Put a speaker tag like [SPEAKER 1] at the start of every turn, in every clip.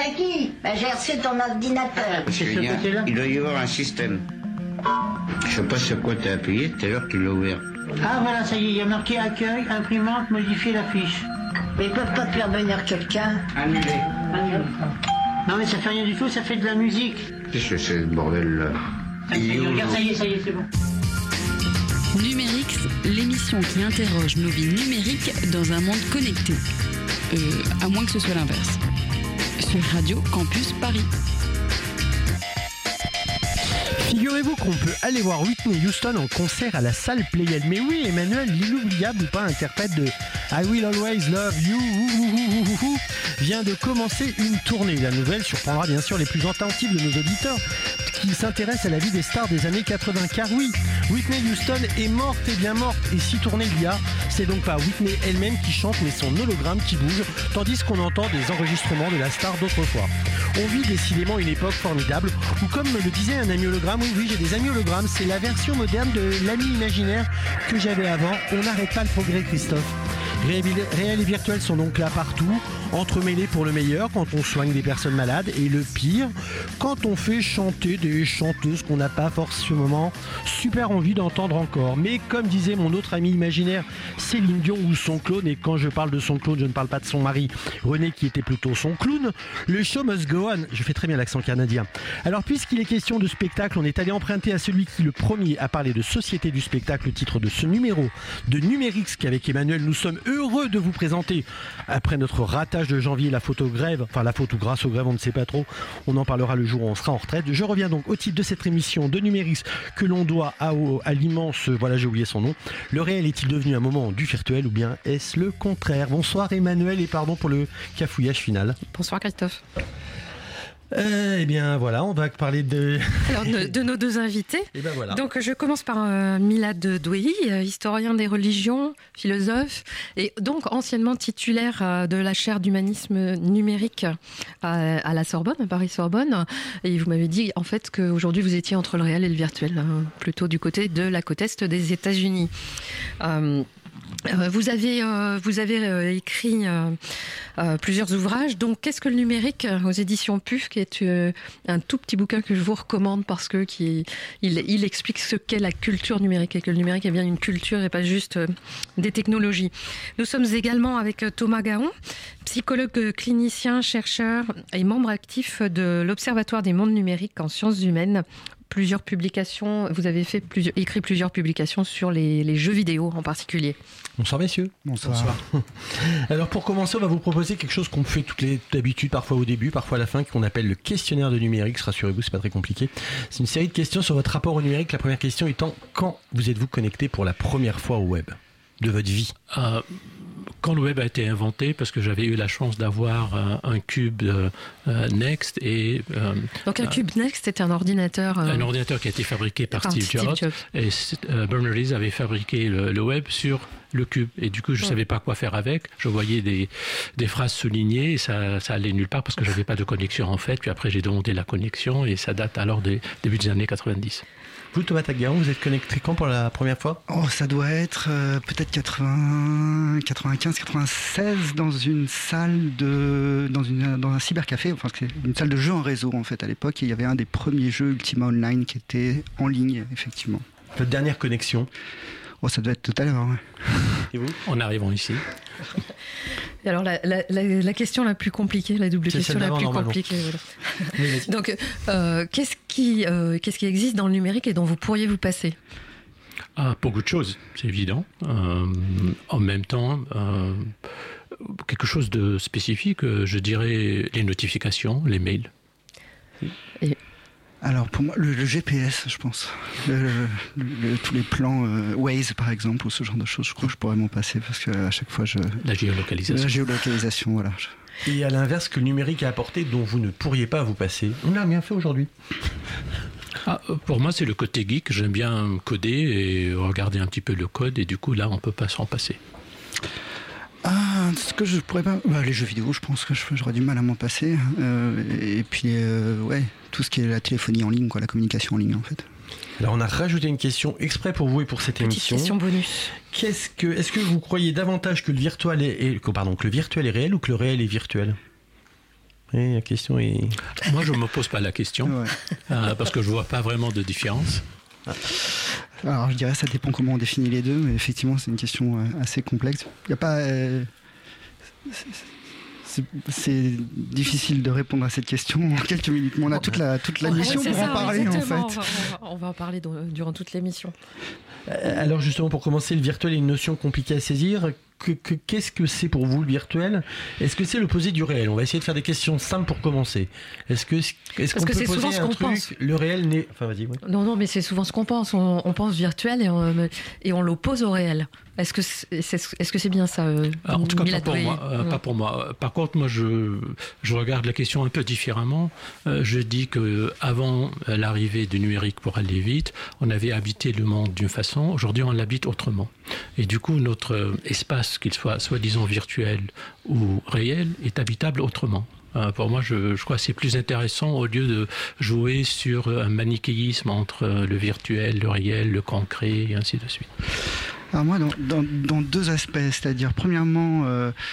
[SPEAKER 1] avec qui? J'ai reçu ton ordinateur.
[SPEAKER 2] Il doit y avoir un système. Je sais pas sur quoi tu as appuyé, tout à l'heure tu l'as ouvert.
[SPEAKER 3] Ah voilà, ça y est, il y a marqué accueil, imprimante, modifier la fiche.
[SPEAKER 1] Mais ils peuvent pas te faire venir quelqu'un.
[SPEAKER 2] Annulé.
[SPEAKER 3] Non mais ça fait rien du tout, ça fait de la musique.
[SPEAKER 2] Qu'est-ce que c'est ce bordel là?
[SPEAKER 3] Regarde, ça y est, c'est bon.
[SPEAKER 4] Numérix, l'émission qui interroge nos vies numériques dans un monde connecté. À moins que ce soit l'inverse. Sur Radio Campus Paris.
[SPEAKER 5] Figurez-vous qu'on peut aller voir Whitney Houston en concert à la salle Playel. Mais oui, Emmanuel, l'inoubliable pas interprète de I Will Always Love You vient de commencer une tournée. La nouvelle surprendra bien sûr les plus attentifs de nos auditeurs qui s'intéressent à la vie des stars des années 80. Car oui, Whitney Houston est morte et bien morte. Et si tournée il y a, c'est donc pas Whitney elle-même qui chante, mais son hologramme qui bouge, tandis qu'on entend des enregistrements de la star d'autrefois. On vit décidément une époque formidable où, comme me le disait un ami hologramme, oui, j'ai des amis hologrammes, c'est la version moderne de l'ami imaginaire que j'avais avant. On n'arrête pas le progrès, Christophe. Réel et virtuel sont donc là partout, entremêlés pour le meilleur quand on soigne des personnes malades et le pire quand on fait chanter des chanteuses qu'on n'a pas forcément super envie d'entendre encore. Mais comme disait mon autre ami imaginaire Céline Dion ou son clone, et quand je parle de son clone je ne parle pas de son mari René qui était plutôt son clown, le show must go on. Je fais très bien l'accent canadien. Alors puisqu'il est question de spectacle, on est allé emprunter à celui qui le premier a parlé de société du spectacle le titre de ce numéro de Numérix qu'avec Emmanuel nous sommes heureux de vous présenter après notre ratage de janvier, la faute aux grèves, enfin la faute ou grâce aux grèves, on ne sait pas trop, on en parlera le jour où on sera en retraite. Je reviens donc au titre de cette émission de Numérix que l'on doit à l'immense, voilà j'ai oublié son nom, le réel est-il devenu un moment du virtuel ou bien est-ce le contraire? Bonsoir Emmanuel et pardon pour le cafouillage final.
[SPEAKER 6] Bonsoir Christophe.
[SPEAKER 5] Eh bien voilà, on va parler de
[SPEAKER 6] nos deux invités.
[SPEAKER 5] Et ben voilà.
[SPEAKER 6] Donc je commence par Milad Douéhi, historien des religions, philosophe et donc anciennement titulaire de la chaire d'humanisme numérique à la Sorbonne, à Paris-Sorbonne. Et vous m'avez dit en fait qu'aujourd'hui vous étiez entre le réel et le virtuel, plutôt du côté de la côte est des États-Unis. Vous avez écrit plusieurs ouvrages. Donc, qu'est-ce que le numérique aux éditions PUF, qui est un tout petit bouquin que je vous recommande parce que il explique ce qu'est la culture numérique et que le numérique est bien une culture et pas juste des technologies. Nous sommes également avec Thomas Gaon, psychologue clinicien, chercheur et membre actif de l'Observatoire des mondes numériques en sciences humaines. Plusieurs publications, vous avez écrit plusieurs publications sur les jeux vidéo en particulier.
[SPEAKER 5] Bonsoir messieurs.
[SPEAKER 7] Bonsoir.
[SPEAKER 5] Alors pour commencer, on va vous proposer quelque chose qu'on fait d'habitude, parfois au début, parfois à la fin, qu'on appelle le questionnaire de numérique. Rassurez-vous, c'est pas très compliqué. C'est une série de questions sur votre rapport au numérique. La première question étant, quand vous êtes-vous connecté pour la première fois au web de votre vie?
[SPEAKER 7] Quand le web a été inventé, parce que j'avais eu la chance d'avoir un cube Next et...
[SPEAKER 6] Donc un cube Next, c'était un ordinateur...
[SPEAKER 7] Un ordinateur qui a été fabriqué par Steve Jobs. Et Berners-Lee avait fabriqué le web sur le cube. Et du coup, je ne savais pas quoi faire avec. Je voyais des phrases soulignées et ça allait nulle part parce que je n'avais pas de connexion en fait. Puis après, j'ai demandé la connexion et ça date alors des débuts des années 90.
[SPEAKER 5] Vous, Thomas Tagaron, vous êtes connecté quand pour la première fois?
[SPEAKER 8] Ça doit être peut-être 95, 96 dans une salle dans un cybercafé. Enfin, c'est une salle de jeux en réseau en fait à l'époque. Et il y avait un des premiers jeux Ultima Online qui était en ligne effectivement.
[SPEAKER 5] Votre dernière connexion?
[SPEAKER 8] Ça doit être tout à l'heure. Ouais.
[SPEAKER 5] Et vous?
[SPEAKER 7] En arrivant ici.
[SPEAKER 6] Et alors la question la plus compliquée, la double question la plus compliquée. Voilà. Donc qu'est-ce qui existe dans le numérique et dont vous pourriez vous passer?
[SPEAKER 7] Beaucoup de choses, c'est évident. En même temps, quelque chose de spécifique, je dirais les notifications, les mails.
[SPEAKER 8] Alors pour moi, le GPS, je pense. Tous les plans Waze, par exemple, ou ce genre de choses, je crois que je pourrais m'en passer parce qu'à chaque fois,
[SPEAKER 7] La géolocalisation.
[SPEAKER 8] La géolocalisation, voilà.
[SPEAKER 5] Et à l'inverse, que le numérique a apporté dont vous ne pourriez pas vous passer. On a bien fait aujourd'hui.
[SPEAKER 7] Pour moi, c'est le côté geek. J'aime bien coder et regarder un petit peu le code. Et du coup, là, on ne peut pas s'en passer.
[SPEAKER 8] Ce que je pourrais pas... les jeux vidéo, je pense que j'aurais du mal à m'en passer. Et puis, tout ce qui est la téléphonie en ligne, la communication en ligne, en fait.
[SPEAKER 5] Alors, on a rajouté une question exprès pour vous et pour cette émission.
[SPEAKER 6] Question bonus.
[SPEAKER 5] Est-ce que vous croyez davantage que le virtuel est réel ou que le réel est virtuel? Oui, la question est...
[SPEAKER 7] Moi, je ne me pose pas la question, parce que je ne vois pas vraiment de différence.
[SPEAKER 8] Alors, je dirais que ça dépend comment on définit les deux, mais effectivement, c'est une question assez complexe. Il n'y a pas... c'est difficile de répondre à cette question en quelques minutes, mais on a toute la mission pour en parler, en fait.
[SPEAKER 6] On va en parler durant toute l'émission.
[SPEAKER 5] Alors justement, pour commencer, le virtuel est une notion compliquée à saisir. Qu'est-ce que c'est pour vous le virtuel ? Est-ce que c'est l'opposé du réel ? On va essayer de faire des questions simples pour commencer. Est-ce qu'on peut poser un truc ? Le réel n'est... Enfin, vas-y, oui.
[SPEAKER 6] Non, mais c'est souvent ce qu'on pense. On pense virtuel et on l'oppose au réel. Est-ce que c'est bien ça,
[SPEAKER 7] en tout cas, pas pour moi. Par contre, moi, je regarde la question un peu différemment. Je dis qu'avant l'arrivée du numérique pour aller vite, on avait habité le monde d'une façon. Aujourd'hui, on l'habite autrement. Et du coup, notre espace, qu'il soit soi-disant virtuel ou réel, est habitable autrement. Pour moi, je crois que c'est plus intéressant au lieu de jouer sur un manichéisme entre le virtuel, le réel, le concret, et ainsi de suite.
[SPEAKER 8] Alors moi, dans deux aspects, c'est-à-dire premièrement,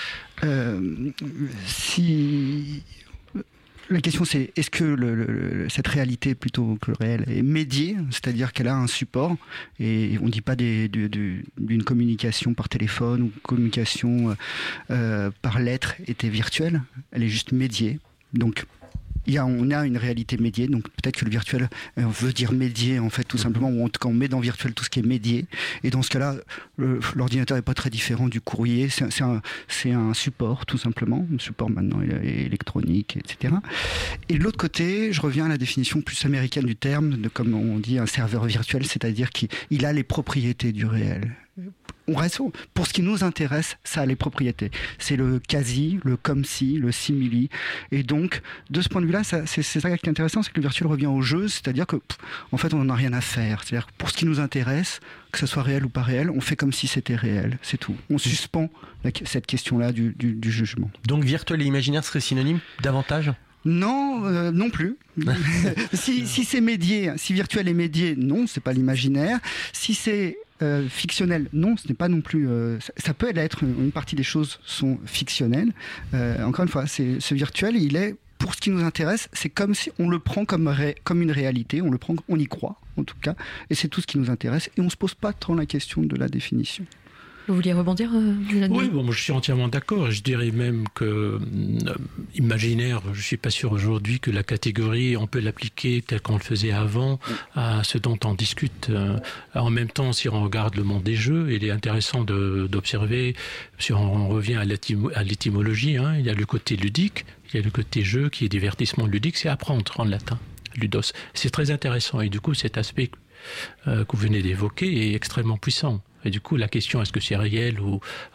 [SPEAKER 8] si... La question c'est, est-ce que cette réalité plutôt que le réel est médiée, c'est-à-dire qu'elle a un support, et on ne dit pas d'une communication par téléphone ou communication par lettre était virtuelle, elle est juste médiée. Donc on a une réalité médiée, donc peut-être que le virtuel veut dire médier en fait tout simplement, ou en tout cas on met dans virtuel tout ce qui est médié, et dans ce cas-là l'ordinateur n'est pas très différent du courrier, c'est un support tout simplement, un support maintenant électronique, etc. Et de l'autre côté, je reviens à la définition plus américaine du terme, comme on dit un serveur virtuel, c'est-à-dire qu'il a les propriétés du réel. On reste, pour ce qui nous intéresse, ça a les propriétés. C'est le quasi, le comme si, le simili. Et donc, de ce point de vue-là, c'est ça qui est intéressant, c'est que le virtuel revient au jeu, c'est-à-dire que, en fait, on n'en a rien à faire. C'est-à-dire que pour ce qui nous intéresse, que ce soit réel ou pas réel, on fait comme si c'était réel. C'est tout. On suspend cette question-là du jugement.
[SPEAKER 5] Donc, virtuel et imaginaire seraient synonymes davantage ?
[SPEAKER 8] Non, non plus. Si c'est médié, si virtuel est médié, non, c'est pas l'imaginaire. Si c'est fictionnel, non, ce n'est pas non plus. Ça peut être une partie des choses sont fictionnelles. Encore une fois, ce virtuel, il est pour ce qui nous intéresse. C'est comme si on le prend comme une réalité. On y croit en tout cas, et c'est tout ce qui nous intéresse. Et on se pose pas tant la question de la définition.
[SPEAKER 6] Vous vouliez rebondir
[SPEAKER 7] Oui, moi, je suis entièrement d'accord. Je dirais même que imaginaire, je ne suis pas sûr aujourd'hui que la catégorie, on peut l'appliquer tel qu'on le faisait avant à ce dont on discute. En même temps, si on regarde le monde des jeux, il est intéressant d'observer, si on revient à l'étymologie, il y a le côté ludique, il y a le côté jeu qui est divertissement ludique, c'est apprendre en latin, ludos. C'est très intéressant et du coup, cet aspect que vous venez d'évoquer est extrêmement puissant. Et du coup, la question, est-ce que c'est réel ou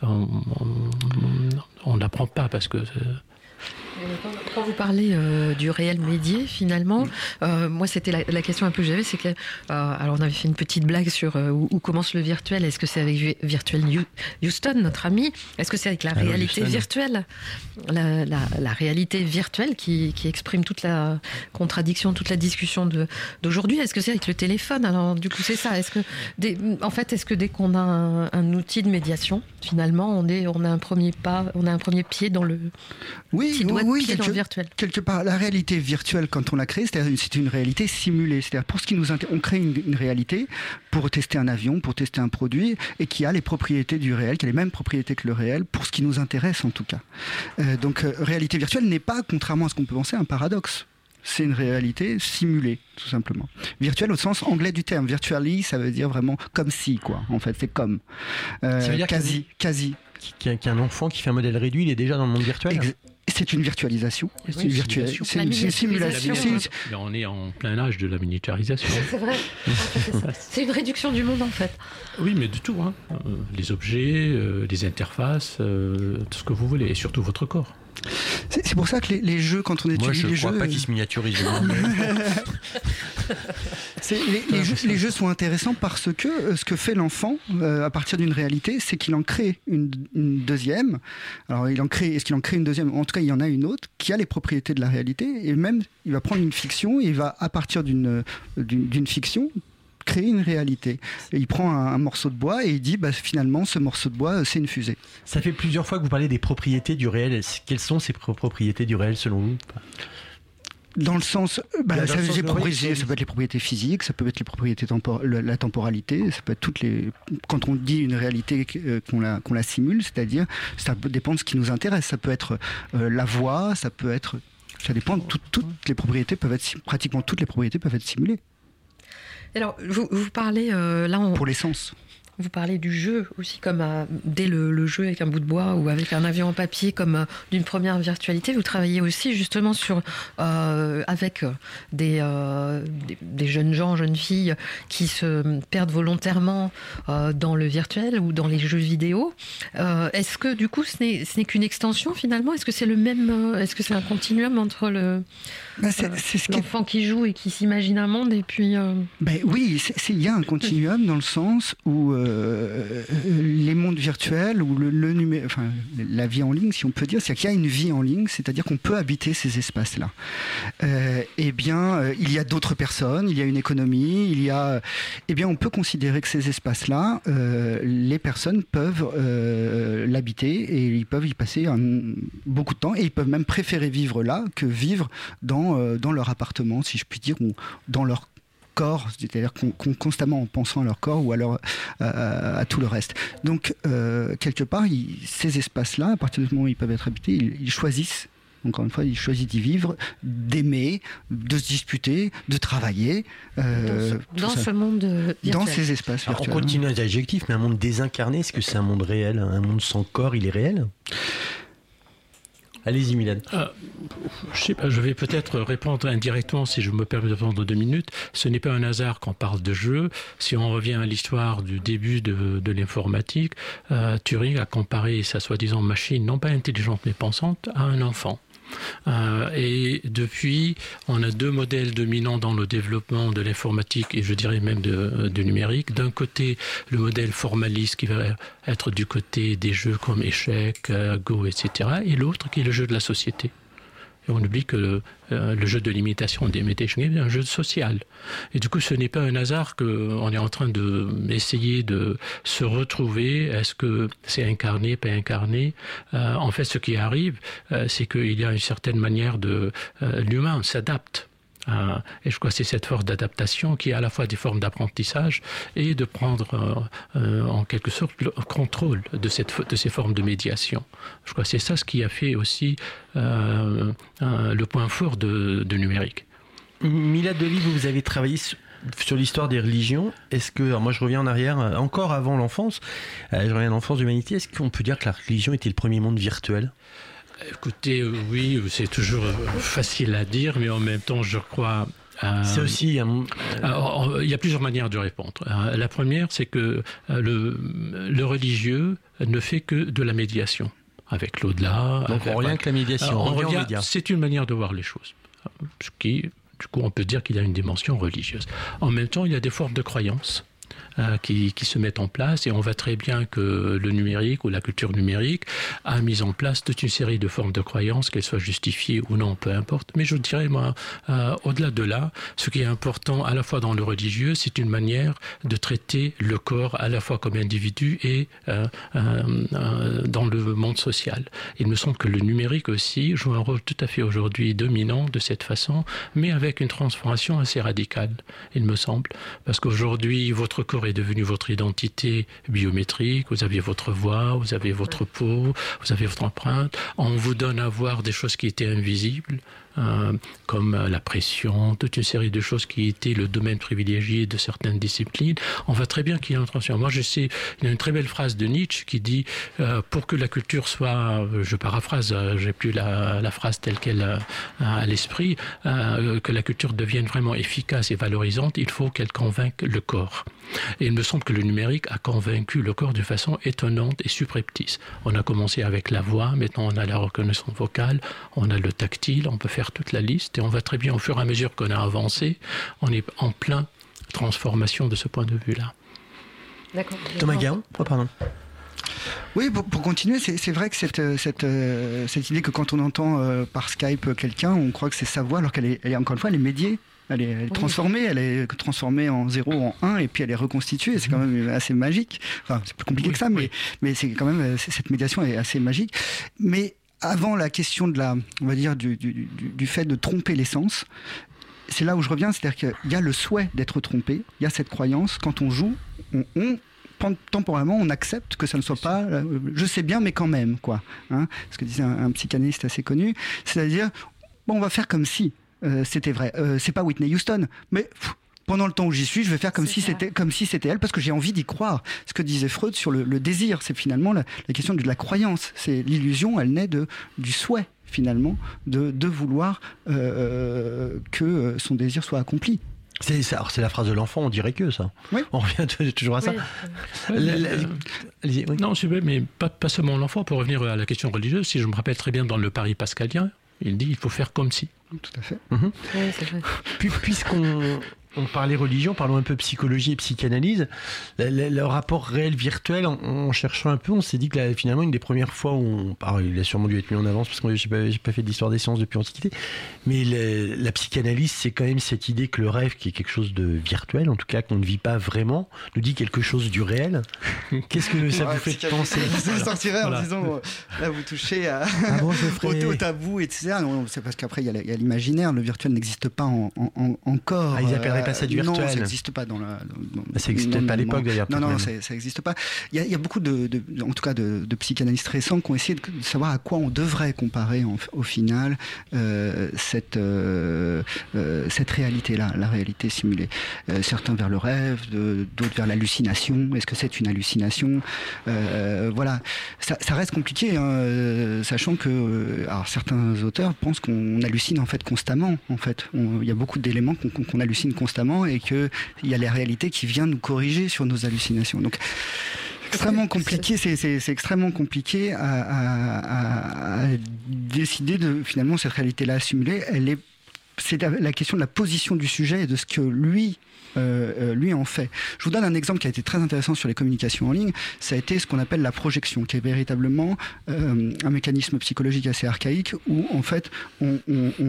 [SPEAKER 7] on n'apprend pas parce que...
[SPEAKER 6] Quand vous parlez du réel médié, finalement, moi, c'était la question un peu que j'avais, c'est que... alors, on avait fait une petite blague sur où commence le virtuel. Est-ce que c'est avec Virtual Houston, notre ami ? Est-ce que c'est avec la réalité virtuelle ? La réalité virtuelle qui exprime toute la contradiction, toute la discussion d'aujourd'hui. Est-ce que c'est avec le téléphone ? Alors, du coup, c'est ça. Est-ce que dès qu'on a un outil de médiation, finalement, on a un premier pied dans le...
[SPEAKER 8] Oui, quelque part, la réalité virtuelle, quand on l'a créée, c'est une réalité simulée. C'est-à-dire, pour ce qui nous intéresse, on crée une réalité pour tester un avion, pour tester un produit, et qui a les propriétés du réel, qui a les mêmes propriétés que le réel, pour ce qui nous intéresse en tout cas. Donc, réalité virtuelle n'est pas, contrairement à ce qu'on peut penser, un paradoxe. C'est une réalité simulée, tout simplement. Virtuelle au sens anglais du terme. Virtually, ça veut dire vraiment comme si, quoi. En fait, c'est comme. Ça veut dire quasi.
[SPEAKER 5] Qu'un enfant qui fait un modèle réduit, il est déjà dans le monde virtuel.
[SPEAKER 8] C'est une virtualisation. C'est une simulation.
[SPEAKER 7] Mais on est en plein âge de la miniaturisation.
[SPEAKER 6] C'est vrai. C'est une réduction du monde, en fait.
[SPEAKER 7] Oui, mais de tout. Les objets, les interfaces, tout ce que vous voulez, et surtout votre corps.
[SPEAKER 8] C'est pour ça que les jeux, quand on étudie les jeux...
[SPEAKER 5] Moi, je ne crois pas qu'ils se miniaturisent.
[SPEAKER 8] Les jeux sont intéressants parce que ce que fait l'enfant à partir d'une réalité, c'est qu'il en crée une deuxième. Alors, est-ce qu'il en crée une deuxième ? En tout cas, il y en a une autre qui a les propriétés de la réalité, et même, il va prendre une fiction, et il va, à partir d'une fiction, créer une réalité. Et il prend un morceau de bois et il dit finalement ce morceau de bois c'est une fusée.
[SPEAKER 5] Ça fait plusieurs fois que vous parlez des propriétés du réel. Quelles sont ces propriétés du réel selon vous ?
[SPEAKER 8] Dans le sens, ça peut être les propriétés physiques, ça peut être les propriétés la temporalité, ça peut être quand on dit une réalité qu'on la simule, c'est-à-dire ça dépend de ce qui nous intéresse. Ça peut être la voix, ça dépend. Pratiquement toutes les propriétés peuvent être simulées.
[SPEAKER 6] Alors, vous parlez
[SPEAKER 8] pour les sens.
[SPEAKER 6] Vous parlez du jeu aussi, comme dès le jeu avec un bout de bois ou avec un avion en papier, comme d'une première virtualité. Vous travaillez aussi justement avec des jeunes gens, jeunes filles qui se perdent volontairement dans le virtuel ou dans les jeux vidéo. Est-ce que du coup ce n'est qu'une extension finalement ? Est-ce que c'est le même ? Est-ce que c'est un continuum entre l'enfant qui joue et qui s'imagine un monde et puis
[SPEAKER 8] oui, il y a un continuum dans le sens où les mondes virtuels ou la vie en ligne, si on peut dire, c'est qu'il y a une vie en ligne, c'est-à-dire qu'on peut habiter ces espaces-là. Il y a d'autres personnes, il y a une économie, on peut considérer que ces espaces-là, les personnes peuvent l'habiter et ils peuvent y passer beaucoup de temps et ils peuvent même préférer vivre là que vivre dans leur appartement, si je puis dire, ou dans leur corps, c'est-à-dire constamment en pensant à leur corps ou à tout le reste. Donc, quelque part, ces espaces-là, à partir du moment où ils peuvent être habités, ils choisissent, encore une fois, ils choisissent d'y vivre, d'aimer, de se disputer, de travailler.
[SPEAKER 6] Dans ce monde virtuel.
[SPEAKER 8] Dans ces espaces virtuels.
[SPEAKER 5] On continue les adjectifs, mais un monde désincarné, est-ce que c'est un monde réel ? Un monde sans corps, il est réel ? Allez-y, Milan.
[SPEAKER 7] Je sais pas, je vais peut-être répondre indirectement si je me permets de prendre 2 minutes. Ce n'est pas un hasard qu'on parle de jeu. Si on revient à l'histoire du début de l'informatique, Turing a comparé sa soi-disant machine, non pas intelligente mais pensante, à un enfant. Et depuis, on a 2 modèles dominants dans le développement de l'informatique et je dirais même du numérique. D'un côté, le modèle formaliste qui va être du côté des jeux comme échecs, Go, etc. Et l'autre qui est le jeu de la société. Et on oublie que le jeu de l'imitation d'imitation game est un jeu social. Et du coup, ce n'est pas un hasard qu'on est en train d'essayer de se retrouver. Est-ce que c'est incarné, pas incarné ? En fait, ce qui arrive, c'est qu'il y a une certaine manière l'humain s'adapte. Et je crois que c'est cette force d'adaptation qui est à la fois des formes d'apprentissage et de prendre en quelque sorte le contrôle de ces formes de médiation. Je crois que c'est ça ce qui a fait aussi le point fort de numérique.
[SPEAKER 5] Milad Deli, vous avez travaillé sur l'histoire des religions. Est-ce que, alors moi je reviens en arrière, encore avant l'enfance, je reviens à l'enfance de l'humanité, est-ce qu'on peut dire que la religion était le premier monde virtuel ?
[SPEAKER 7] Écoutez, oui, c'est toujours facile à dire, mais en même temps, je crois...
[SPEAKER 5] c'est aussi...
[SPEAKER 7] il y a plusieurs manières de répondre. La première, c'est que le religieux ne fait que de la médiation avec l'au-delà.
[SPEAKER 5] Donc on revient que la médiation.
[SPEAKER 7] C'est une manière de voir les choses. Ce qui, du coup, on peut dire qu'il y a une dimension religieuse. En même temps, il y a des formes de croyances qui se mettent en place et on voit très bien que le numérique ou la culture numérique a mis en place toute une série de formes de croyances, qu'elles soient justifiées ou non, peu importe. Mais je dirais, moi, au-delà de là, ce qui est important à la fois dans le religieux, c'est une manière de traiter le corps à la fois comme individu et dans le monde social. Il me semble que le numérique aussi joue un rôle tout à fait aujourd'hui dominant de cette façon, mais avec une transformation assez radicale, il me semble, parce qu'aujourd'hui, votre corps est devenu votre identité biométrique, vous avez votre voix, vous avez votre peau, vous avez votre empreinte, on vous donne à voir des choses qui étaient invisibles, comme la pression, toute une série de choses qui étaient le domaine privilégié de certaines disciplines. On voit très bien qu'il y a une transformation. Moi, je sais, il y a une très belle phrase de Nietzsche qui dit pour que la culture soit, je paraphrase, j'ai plus la phrase telle qu'elle à l'esprit, que la culture devienne vraiment efficace et valorisante, il faut qu'elle convainque le corps. Et il me semble que le numérique a convaincu le corps de façon étonnante et subreptice. On a commencé avec la voix, maintenant on a la reconnaissance vocale, on a le tactile, on peut faire toute la liste et on voit très bien au fur et à mesure qu'on a avancé, on est en plein transformation de ce point de vue-là.
[SPEAKER 6] D'accord.
[SPEAKER 5] Thomas Guéant, pardon.
[SPEAKER 8] Oui, pour continuer, c'est vrai que cette idée que quand on entend par Skype quelqu'un, on croit que c'est sa voix, alors qu'elle est encore une fois, elle est médiée Elle est transformée, elle est transformée en 0, en 1, et puis elle est reconstituée. C'est quand même assez magique. Enfin, c'est plus compliqué que ça, mais c'est quand même, cette médiation est assez magique. Mais avant la question de on va dire, du fait de tromper les sens, c'est là où je reviens, c'est-à-dire qu'il y a le souhait d'être trompé, il y a cette croyance, quand on joue, temporairement, on accepte que ça ne soit pas je sais bien, mais quand même, quoi. Hein, ce que disait un psychanalyste assez connu, c'est-à-dire, on va faire comme si c'était vrai. C'est pas Whitney Houston, mais pendant le temps où j'y suis, je vais faire comme si c'était elle, parce que j'ai envie d'y croire. Ce que disait Freud sur le désir, c'est finalement la question de la croyance. C'est l'illusion, elle naît du souhait, finalement, de vouloir que son désir soit accompli.
[SPEAKER 5] C'est la phrase de l'enfant, on dirait que ça. Oui. On revient toujours à ça.
[SPEAKER 7] Oui. Non, c'est vrai, mais pas seulement l'enfant. Pour revenir à la question religieuse, si je me rappelle très bien dans le pari pascalien, il dit il faut faire comme si.
[SPEAKER 8] Tout à fait.
[SPEAKER 6] Oui, c'est vrai.
[SPEAKER 5] Puisqu'on parlait religion, parlons un peu psychologie et psychanalyse. Le rapport réel-virtuel, en cherchant un peu, on s'est dit que finalement, une des premières fois où il a sûrement dû être mis en avance parce que j'ai pas fait d'histoire des sciences depuis l'Antiquité, mais la psychanalyse, c'est quand même cette idée que le rêve, qui est quelque chose de virtuel, en tout cas qu'on ne vit pas vraiment, nous dit quelque chose du réel. Qu'est-ce que ça vous fait penser?
[SPEAKER 8] Je sortirais en disant, là vous touchez au tabou, etc. Non, c'est parce qu'après il y a l'imaginaire, le virtuel n'existe pas encore.
[SPEAKER 5] Ils appelleraient pas ça du virtuel.
[SPEAKER 8] Non, ça n'existe pas dans
[SPEAKER 5] ça n'existait pas à l'époque d'ailleurs.
[SPEAKER 8] Non, ça n'existe pas. Il y a beaucoup en tout cas de psychanalystes récents qui ont essayé de savoir à quoi on devrait comparer au final cette réalité-là, la réalité simulée. Certains vers le rêve, d'autres vers l'hallucination. Est-ce que c'est une hallucination? Voilà, ça reste compliqué, hein, sachant que certains auteurs pensent qu'on hallucine en fait constamment. En fait, il y a beaucoup d'éléments qu'on hallucine constamment et qu'il y a la réalité qui vient nous corriger sur nos hallucinations. Donc, extrêmement compliqué, c'est extrêmement compliqué à décider de finalement cette réalité-là simulée. C'est la question de la position du sujet et de ce que lui en fait. Je vous donne un exemple qui a été très intéressant sur les communications en ligne. Ça a été ce qu'on appelle la projection, qui est véritablement un mécanisme psychologique assez archaïque où en fait on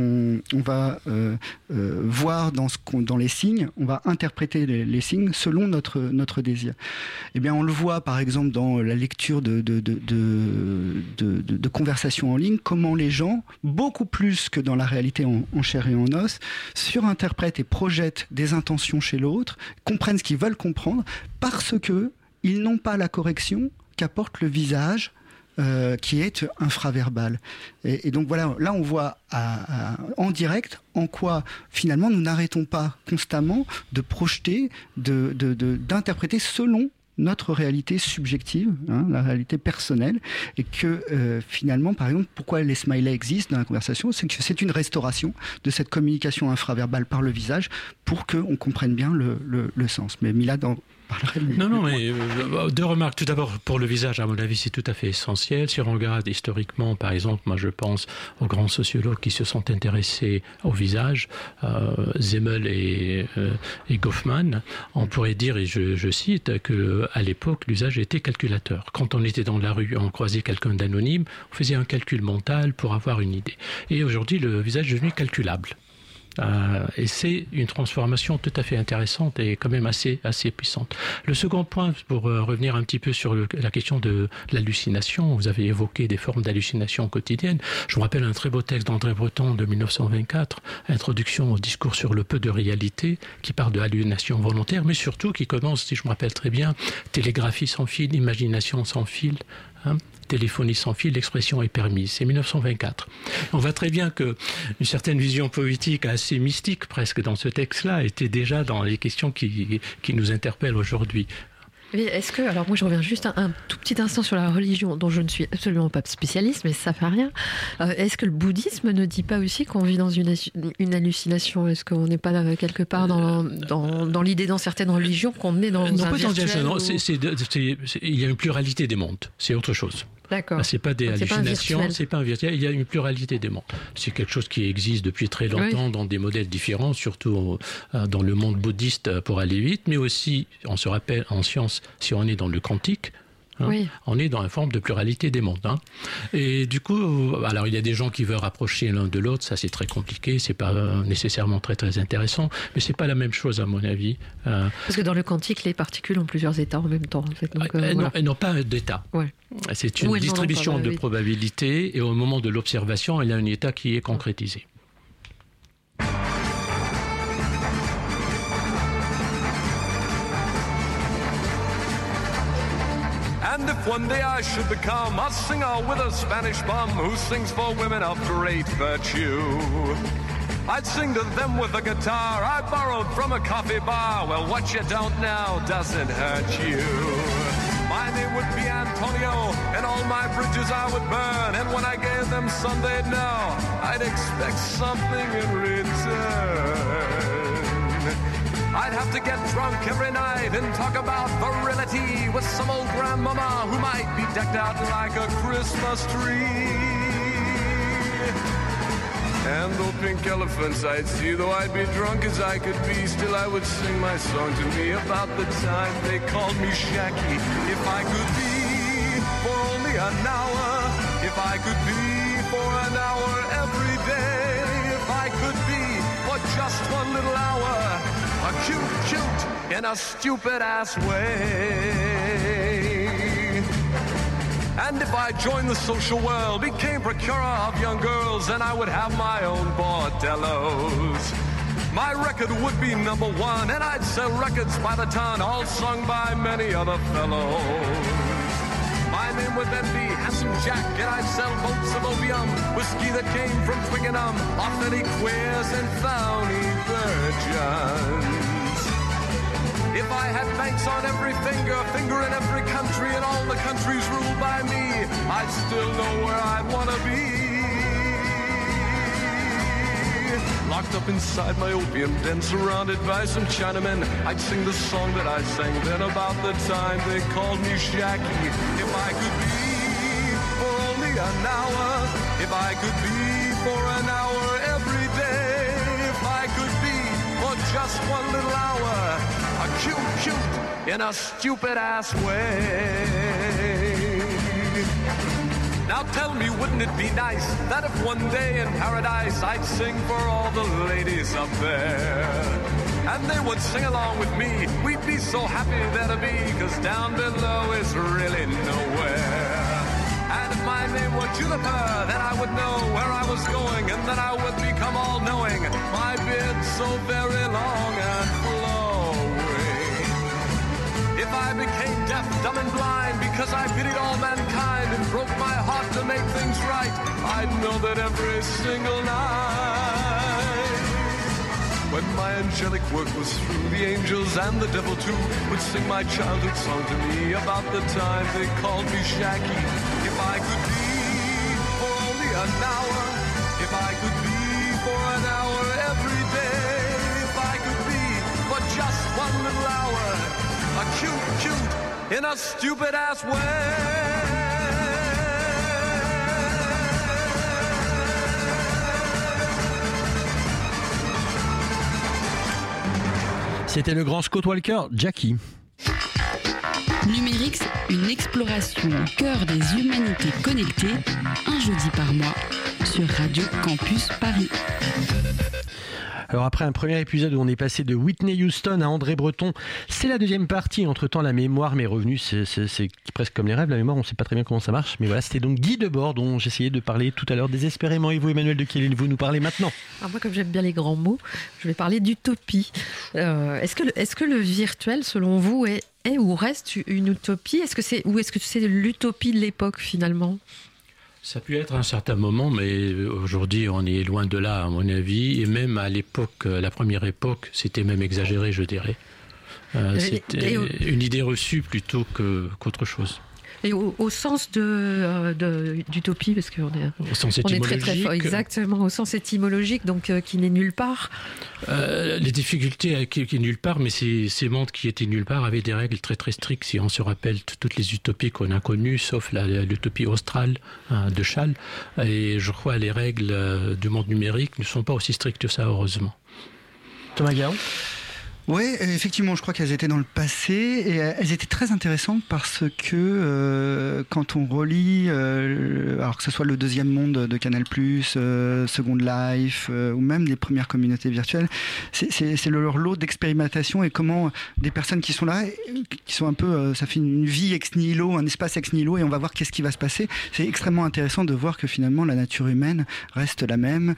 [SPEAKER 8] va voir dans les signes, on va interpréter les signes selon notre désir. Eh bien, on le voit par exemple dans la lecture de conversations en ligne, comment les gens, beaucoup plus que dans la réalité en chair et en os, surinterprètent et projettent des intentions chez l'autre, comprennent ce qu'ils veulent comprendre, parce que ils n'ont pas la correction qu'apporte le visage, qui est infraverbal. Et donc voilà, là on voit en direct en quoi finalement nous n'arrêtons pas constamment de projeter, d'interpréter selon notre réalité subjective, la réalité personnelle, et que finalement, par exemple, pourquoi les smileys existent dans la conversation, c'est que c'est une restauration de cette communication infraverbale par le visage pour qu'on comprenne bien le sens. Mais Milad parlerait de...
[SPEAKER 7] Non, mais deux remarques. Tout d'abord, pour le visage, à mon avis, c'est tout à fait essentiel. Si on regarde historiquement, par exemple, moi je pense aux grands sociologues qui se sont intéressés au visage, Zemel et Goffman, on pourrait dire, et je cite, qu'à l'époque, l'usage était calculateur. Quand on était dans la rue, on croisait quelqu'un d'anonyme, on faisait un calcul mental pour avoir une idée. Et aujourd'hui, le visage est devenu calculable. Et c'est une transformation tout à fait intéressante et quand même assez puissante. Le second point, pour revenir un petit peu sur la question de l'hallucination, vous avez évoqué des formes d'hallucination quotidienne. Je me rappelle un très beau texte d'André Breton de 1924, Introduction au discours sur le peu de réalité, qui parle de hallucination volontaire, mais surtout qui commence, si je me rappelle très bien, télégraphie sans fil, imagination sans fil, téléphonie sans fil, l'expression est permise. C'est 1924. On voit très bien qu'une certaine vision poétique assez mystique presque dans ce texte-là était déjà dans les questions qui nous interpellent aujourd'hui.
[SPEAKER 6] Est-ce que, alors moi je reviens juste un tout petit instant sur la religion dont je ne suis absolument pas spécialiste, mais ça fait rien. Est-ce que le bouddhisme ne dit pas aussi qu'on vit dans une hallucination? Est-ce qu'on n'est pas quelque part dans l'idée dans certaines religions qu'on est dans un virtuel
[SPEAKER 7] il y a une pluralité des mondes, c'est autre chose.
[SPEAKER 6] D'accord.
[SPEAKER 7] C'est pas des hallucinations, c'est pas un virtuel. Il y a une pluralité des mondes. C'est quelque chose qui existe depuis très longtemps dans des modèles différents, surtout dans le monde bouddhiste pour aller vite, mais aussi, on se rappelle en science, si on est dans le quantique,
[SPEAKER 6] Oui.
[SPEAKER 7] On est dans une forme de pluralité des mondes. Et du coup, alors il y a des gens qui veulent rapprocher l'un de l'autre, ça c'est très compliqué, c'est pas nécessairement très très intéressant, mais c'est pas la même chose à mon avis.
[SPEAKER 6] Parce que dans le quantique, les particules ont plusieurs états en même temps. En fait. Donc,
[SPEAKER 7] non, elles n'ont pas d'état.
[SPEAKER 6] Ouais.
[SPEAKER 7] C'est une distribution de probabilités et au moment de l'observation, il y a un état qui est concrétisé.
[SPEAKER 9] And if one day I should become a singer with a Spanish bum who sings for women of great virtue, I'd sing to them with a guitar I borrowed from a coffee bar. Well, what you don't know doesn't hurt you. My name would be Antonio, and all my bridges I would burn. And when I gave them some, they'd know I'd expect something in return. I'd have to get drunk every night and talk about virility with some old grandmama who might be decked out like a Christmas tree. And though pink elephants I'd see, though I'd be drunk as I could be, still I would sing my song to me about the time they called me Shacky. If I could be for only an hour, if I could be for an hour every day, if I could be for just one little hour, a cute in a stupid ass way. And if I joined the social world, became procurer of young girls, then I would have my own bordellos. My record would be #1, and I'd sell records by the ton, all sung by many other fellows. My name would then be Handsome Jack, and I'd sell boats of opium, whiskey that came from Twickenham, authentic queers and phony virgins. If I had banks on every finger in every country, and all the countries ruled by me, I'd still know where I'd want to be. Locked up inside my opium den, surrounded by some Chinamen, I'd sing the song that I sang then about the time they called me Shacky. If I could be for only an hour, if I could be for an hour every day, if I could be for just one little hour, a cute in a stupid ass way. Now tell me, wouldn't it be nice that if one day in paradise I'd sing for all the ladies up there, and they would sing along with me? We'd be so happy there to be, 'cause down below is really nowhere. And if my name were Juniper, then I would know where I was going, and then I would become all-knowing, my beard so very long and flowing. If I became deaf, dumb and blind because I pitied all mankind and broke my heart to make things right, I'd know that every single night, when my angelic work was through, the angels and the devil too would sing my childhood song to me about the time they called me Shacky. If I could be for only an hour, if I could be for an hour every day, if I could be for just one little hour, a cute in a stupid ass way.
[SPEAKER 5] C'était le grand Scott Walker, Jackie.
[SPEAKER 4] Numérix, une exploration au cœur des humanités connectées, un jeudi par mois sur Radio Campus Paris.
[SPEAKER 5] Alors après un premier épisode où on est passé de Whitney Houston à André Breton, c'est la deuxième partie. Entre-temps, la mémoire m'est revenue. C'est presque comme les rêves, la mémoire, on ne sait pas très bien comment ça marche. Mais voilà, c'était donc Guy Debord dont j'essayais de parler tout à l'heure désespérément. Et vous, Emmanuel, de quel allez-vous nous parler maintenant?
[SPEAKER 6] Alors moi, comme j'aime bien les grands mots, je vais parler d'utopie. Est-ce que le virtuel, selon vous, est ou reste une utopie? Est-ce que c'est l'utopie de l'époque, finalement?
[SPEAKER 7] Ça a pu être à un certain moment, mais aujourd'hui, on est loin de là, à mon avis. Et même à l'époque, la première époque, c'était même exagéré, je dirais. C'était une idée reçue plutôt qu'autre chose.
[SPEAKER 6] Et au sens d'utopie, parce qu'on est,
[SPEAKER 7] au sens étymologique,
[SPEAKER 6] très fort, exactement, au sens étymologique, donc qui n'est nulle part.
[SPEAKER 7] Les difficultés qui est nulle part, mais ces mondes qui étaient nulle part avaient des règles très très strictes. Si on se rappelle toutes les utopies qu'on a connues, sauf l'utopie australe de Schall, et je crois les règles du monde numérique ne sont pas aussi strictes que ça, heureusement.
[SPEAKER 5] Thomas Guéant.
[SPEAKER 8] Oui, effectivement, je crois qu'elles étaient dans le passé et elles étaient très intéressantes parce que quand on relit, alors que ce soit le deuxième monde de Canal+, Second Life ou même les premières communautés virtuelles, c'est leur lot d'expérimentation et comment des personnes qui sont là, qui sont un peu, ça fait une vie ex nihilo, un espace ex nihilo et on va voir qu'est-ce qui va se passer. C'est extrêmement intéressant de voir que finalement la nature humaine reste la même,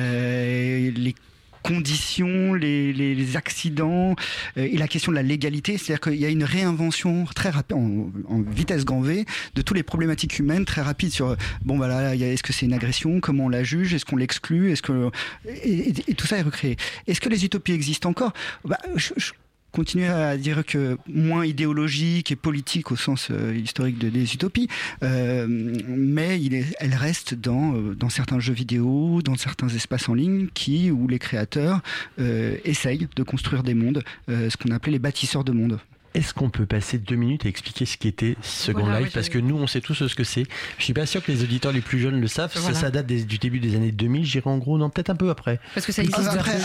[SPEAKER 8] les conditions, les accidents et la question de la légalité, c'est-à-dire qu'il y a une réinvention très rapide, en vitesse grand V, de toutes les problématiques humaines, très rapide sur, bon voilà, est-ce que c'est une agression, comment on la juge, est-ce qu'on l'exclut, et tout ça est recréé. Est-ce que les utopies existent encore ? Je continuer à dire que moins idéologique et politique au sens historique des utopies, mais elle reste dans certains jeux vidéo, dans certains espaces en ligne où les créateurs essayent de construire des mondes, ce qu'on appelait les bâtisseurs de mondes.
[SPEAKER 10] Est-ce qu'on peut passer 2 minutes à expliquer ce qu'était Second Life ? Parce que nous, on sait tous ce que c'est. Je suis pas sûr que les auditeurs les plus jeunes le savent. Ça date du début des années 2000, je dirais en gros, non, peut-être un peu après.
[SPEAKER 6] Parce que ça existe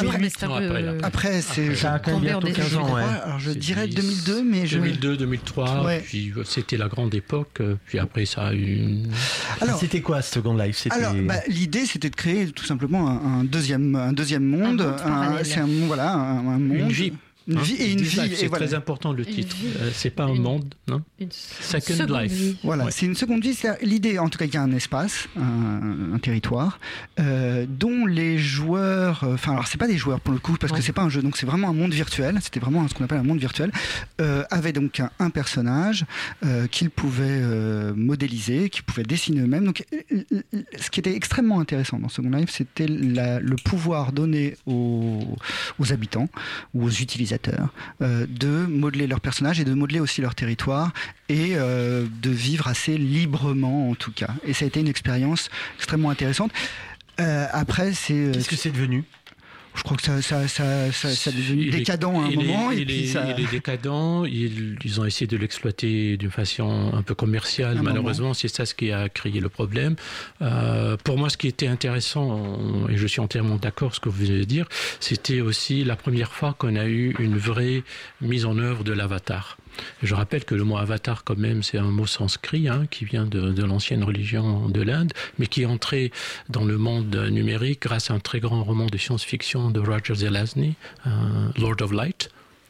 [SPEAKER 8] après,
[SPEAKER 10] ça a quand même bientôt 15 ans.
[SPEAKER 8] Alors je dirais 2002, mais
[SPEAKER 7] 2002, 2003, puis c'était la grande époque, puis après ça a eu...
[SPEAKER 10] Alors, c'était quoi Second Life ?
[SPEAKER 8] L'idée, c'était de créer tout simplement un deuxième monde. C'est un monde.
[SPEAKER 7] Une vie.
[SPEAKER 8] Une vie et une vie.
[SPEAKER 7] C'est très important le titre. C'est pas un monde, non ? Second Life.
[SPEAKER 8] Voilà, c'est une seconde vie. C'est l'idée, en tout cas, qu'il y a un espace, un territoire, dont les joueurs. Enfin, alors c'est pas des joueurs pour le coup, parce que c'est pas un jeu, donc c'est vraiment un monde virtuel. C'était vraiment ce qu'on appelle un monde virtuel. Avait donc un personnage qu'ils pouvaient modéliser, qu'ils pouvaient dessiner eux-mêmes. Donc, ce qui était extrêmement intéressant dans Second Life, c'était le pouvoir donné aux habitants ou aux utilisateurs de modeler leur personnage et de modeler aussi leur territoire et de vivre assez librement en tout cas. Et ça a été une expérience extrêmement intéressante. Après,
[SPEAKER 10] qu'est-ce que c'est devenu ?
[SPEAKER 8] Je crois que ça est devenu décadent à un moment.
[SPEAKER 7] Il est décadent. Ils ont essayé de l'exploiter d'une façon un peu commerciale. Malheureusement, c'est ça ce qui a créé le problème. Pour moi, ce qui était intéressant, et je suis entièrement d'accord avec ce que vous venez de dire, c'était aussi la première fois qu'on a eu une vraie mise en œuvre de l'avatar. Je rappelle que le mot avatar, quand même, c'est un mot sanskrit qui vient de l'ancienne religion de l'Inde, mais qui est entré dans le monde numérique grâce à un très grand roman de science-fiction de Roger Zelazny, Lord of Light,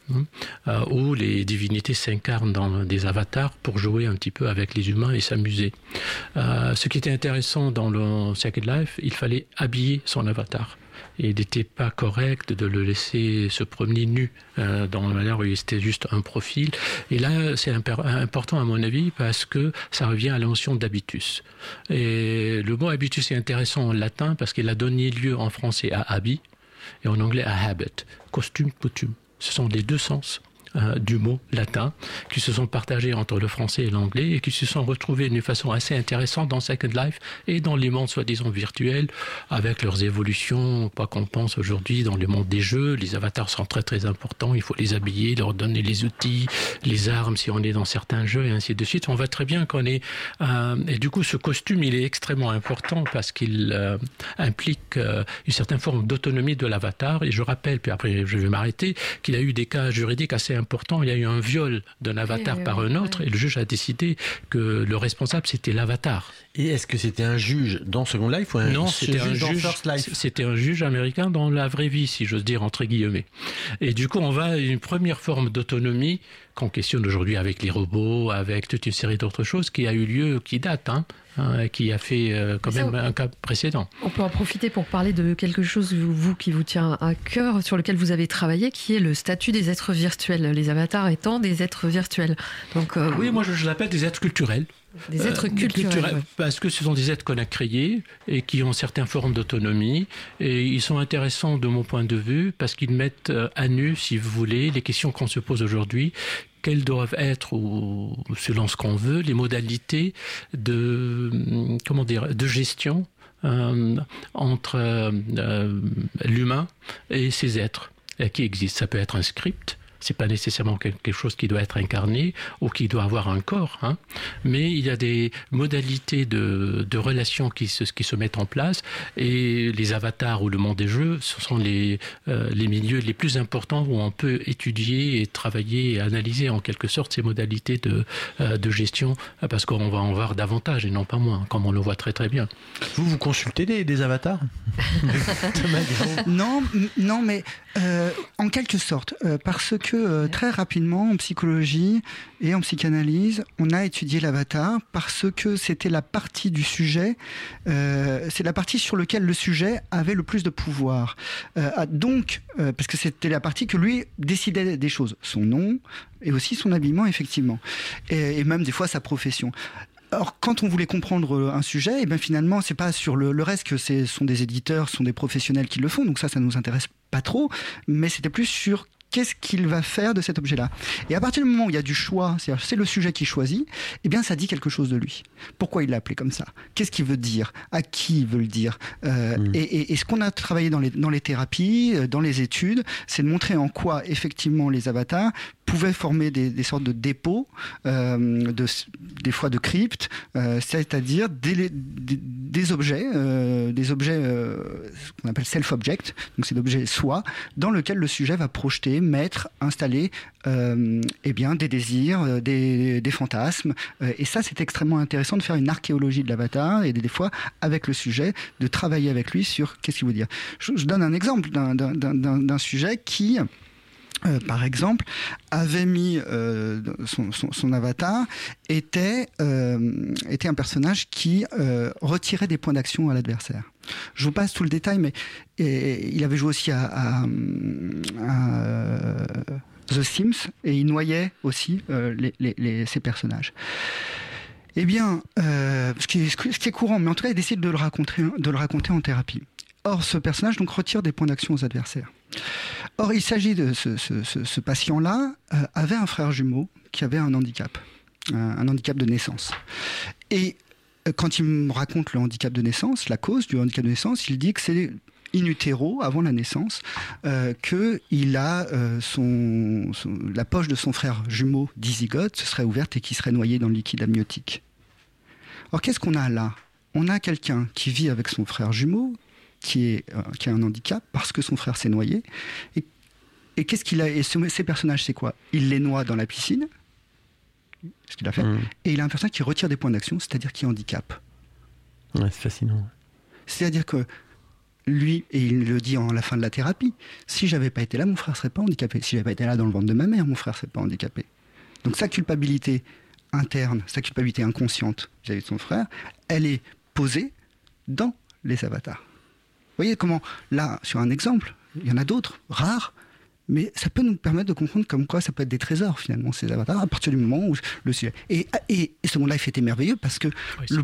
[SPEAKER 7] où les divinités s'incarnent dans des avatars pour jouer un petit peu avec les humains et s'amuser. Ce qui était intéressant dans le Second Life, il fallait habiller son avatar. Et il n'était pas correct de le laisser se promener nu dans la manière où c'était juste un profil. Et là, c'est important à mon avis parce que ça revient à la notion d'habitus. Et le mot habitus est intéressant en latin parce qu'il a donné lieu en français à habit et en anglais à habit, costume, coutume. Ce sont les deux sens du mot latin qui se sont partagés entre le français et l'anglais et qui se sont retrouvés d'une façon assez intéressante dans Second Life et dans les mondes soi-disant virtuels avec leurs évolutions, pas qu'on pense aujourd'hui dans le monde des jeux. Les avatars sont très très importants, il faut les habiller, leur donner les outils, les armes si on est dans certains jeux et ainsi de suite. On voit très bien qu'on est... et du coup ce costume il est extrêmement important parce qu'il implique une certaine forme d'autonomie de l'avatar et je rappelle, puis après je vais m'arrêter, qu'il y a eu des cas juridiques assez importants. Il y a eu un viol d'un avatar par un autre et le juge a décidé que le responsable c'était l'avatar.
[SPEAKER 10] Et est-ce que c'était un juge dans Second Life ou
[SPEAKER 7] non, c'était un juge dans First Life ? C'était un juge américain dans la vraie vie, si j'ose dire, entre guillemets. Et du coup, on va à une première forme d'autonomie qu'on questionne aujourd'hui avec les robots, avec toute une série d'autres choses qui a eu lieu, qui date, qui a fait quand même un cas précédent.
[SPEAKER 6] On peut en profiter pour parler de quelque chose, vous, qui vous tient à cœur, sur lequel vous avez travaillé, qui est le statut des êtres virtuels, les avatars étant des êtres virtuels. Donc,
[SPEAKER 7] oui, moi je l'appelle des êtres culturels.
[SPEAKER 6] Des êtres culturels.
[SPEAKER 7] Parce que ce sont des êtres qu'on a créés et qui ont certaines formes d'autonomie. Et ils sont intéressants de mon point de vue parce qu'ils mettent à nu, si vous voulez, les questions qu'on se pose aujourd'hui. Quelles doivent être, ou selon ce qu'on veut, les modalités de gestion entre l'humain et ces êtres qui existent. Ça peut être un script. C'est pas nécessairement quelque chose qui doit être incarné ou qui doit avoir un corps, hein. Mais il y a des modalités de relations qui se mettent en place, et les avatars ou le monde des jeux, ce sont les milieux les plus importants où on peut étudier et travailler et analyser en quelque sorte ces modalités de gestion, parce qu'on va en voir davantage et non pas moins, comme on le voit très très bien.
[SPEAKER 10] Vous consultez des avatars?
[SPEAKER 8] Non, mais en quelque sorte, parce que très rapidement en psychologie et en psychanalyse, on a étudié l'avatar parce que c'était la partie du sujet, c'est la partie sur laquelle le sujet avait le plus de pouvoir. Donc, parce que c'était la partie que lui décidait des choses, son nom et aussi son habillement, effectivement, et même des fois sa profession. Alors, quand on voulait comprendre un sujet, et bien finalement, c'est pas sur le reste que ce sont des éditeurs, ce sont des professionnels qui le font, donc ça nous intéresse pas trop, mais c'était plus sur qu'est-ce qu'il va faire de cet objet-là. Et à partir du moment où il y a du choix, c'est-à-dire c'est le sujet qui choisit, eh bien ça dit quelque chose de lui. Pourquoi il l'a appelé comme ça? Qu'est-ce qu'il veut dire? À qui il veut le dire? Et ce qu'on a travaillé dans les thérapies, dans les études, c'est de montrer en quoi effectivement les avatars pouvaient former des sortes de dépôts, des fois de cryptes, c'est-à-dire des objets, ce qu'on appelle self-object, donc c'est l'objet soi, dans lequel le sujet va projeter, mettre, installer des désirs, des fantasmes. Et ça, c'est extrêmement intéressant de faire une archéologie de l'avatar et des fois, avec le sujet, de travailler avec lui sur qu'est-ce qu'il veut dire. Je donne un exemple d'un sujet qui... par exemple, avait mis son avatar était un personnage qui retirait des points d'action à l'adversaire. Je vous passe tout le détail, mais il avait joué aussi à The Sims et il noyait aussi ses personnages. Eh bien, ce qui est courant, mais en tout cas, il décide de le raconter en thérapie. Or, ce personnage donc retire des points d'action aux adversaires. Or, il s'agit de ce patient-là avait un frère jumeau qui avait un handicap de naissance. Et quand il me raconte le handicap de naissance, la cause du handicap de naissance, il dit que c'est in utero, avant la naissance, qu'il a la poche de son frère jumeau dizygote se serait ouverte et qui serait noyé dans le liquide amniotique. Or, qu'est-ce qu'on a là? On a quelqu'un qui vit avec son frère jumeau, qui a un handicap parce que son frère s'est noyé. Et qu'est-ce qu'il a? Et ces personnages, c'est quoi? Il les noie dans la piscine, ce qu'il a fait, et il a un personnage qui retire des points d'action, c'est-à-dire qui handicape.
[SPEAKER 10] Ouais, c'est fascinant.
[SPEAKER 8] C'est-à-dire que lui, et il le dit en la fin de la thérapie, si j'avais pas été là, mon frère serait pas handicapé. Si j'avais pas été là dans le ventre de ma mère, mon frère serait pas handicapé. Donc sa culpabilité interne, sa culpabilité inconsciente vis-à-vis de son frère, elle est posée dans les avatars. Vous voyez comment, là, sur un exemple, il y en a d'autres, rares, mais ça peut nous permettre de comprendre comme quoi ça peut être des trésors, finalement, ces avatars, à partir du moment où le sujet... Et ce monde life était merveilleux parce que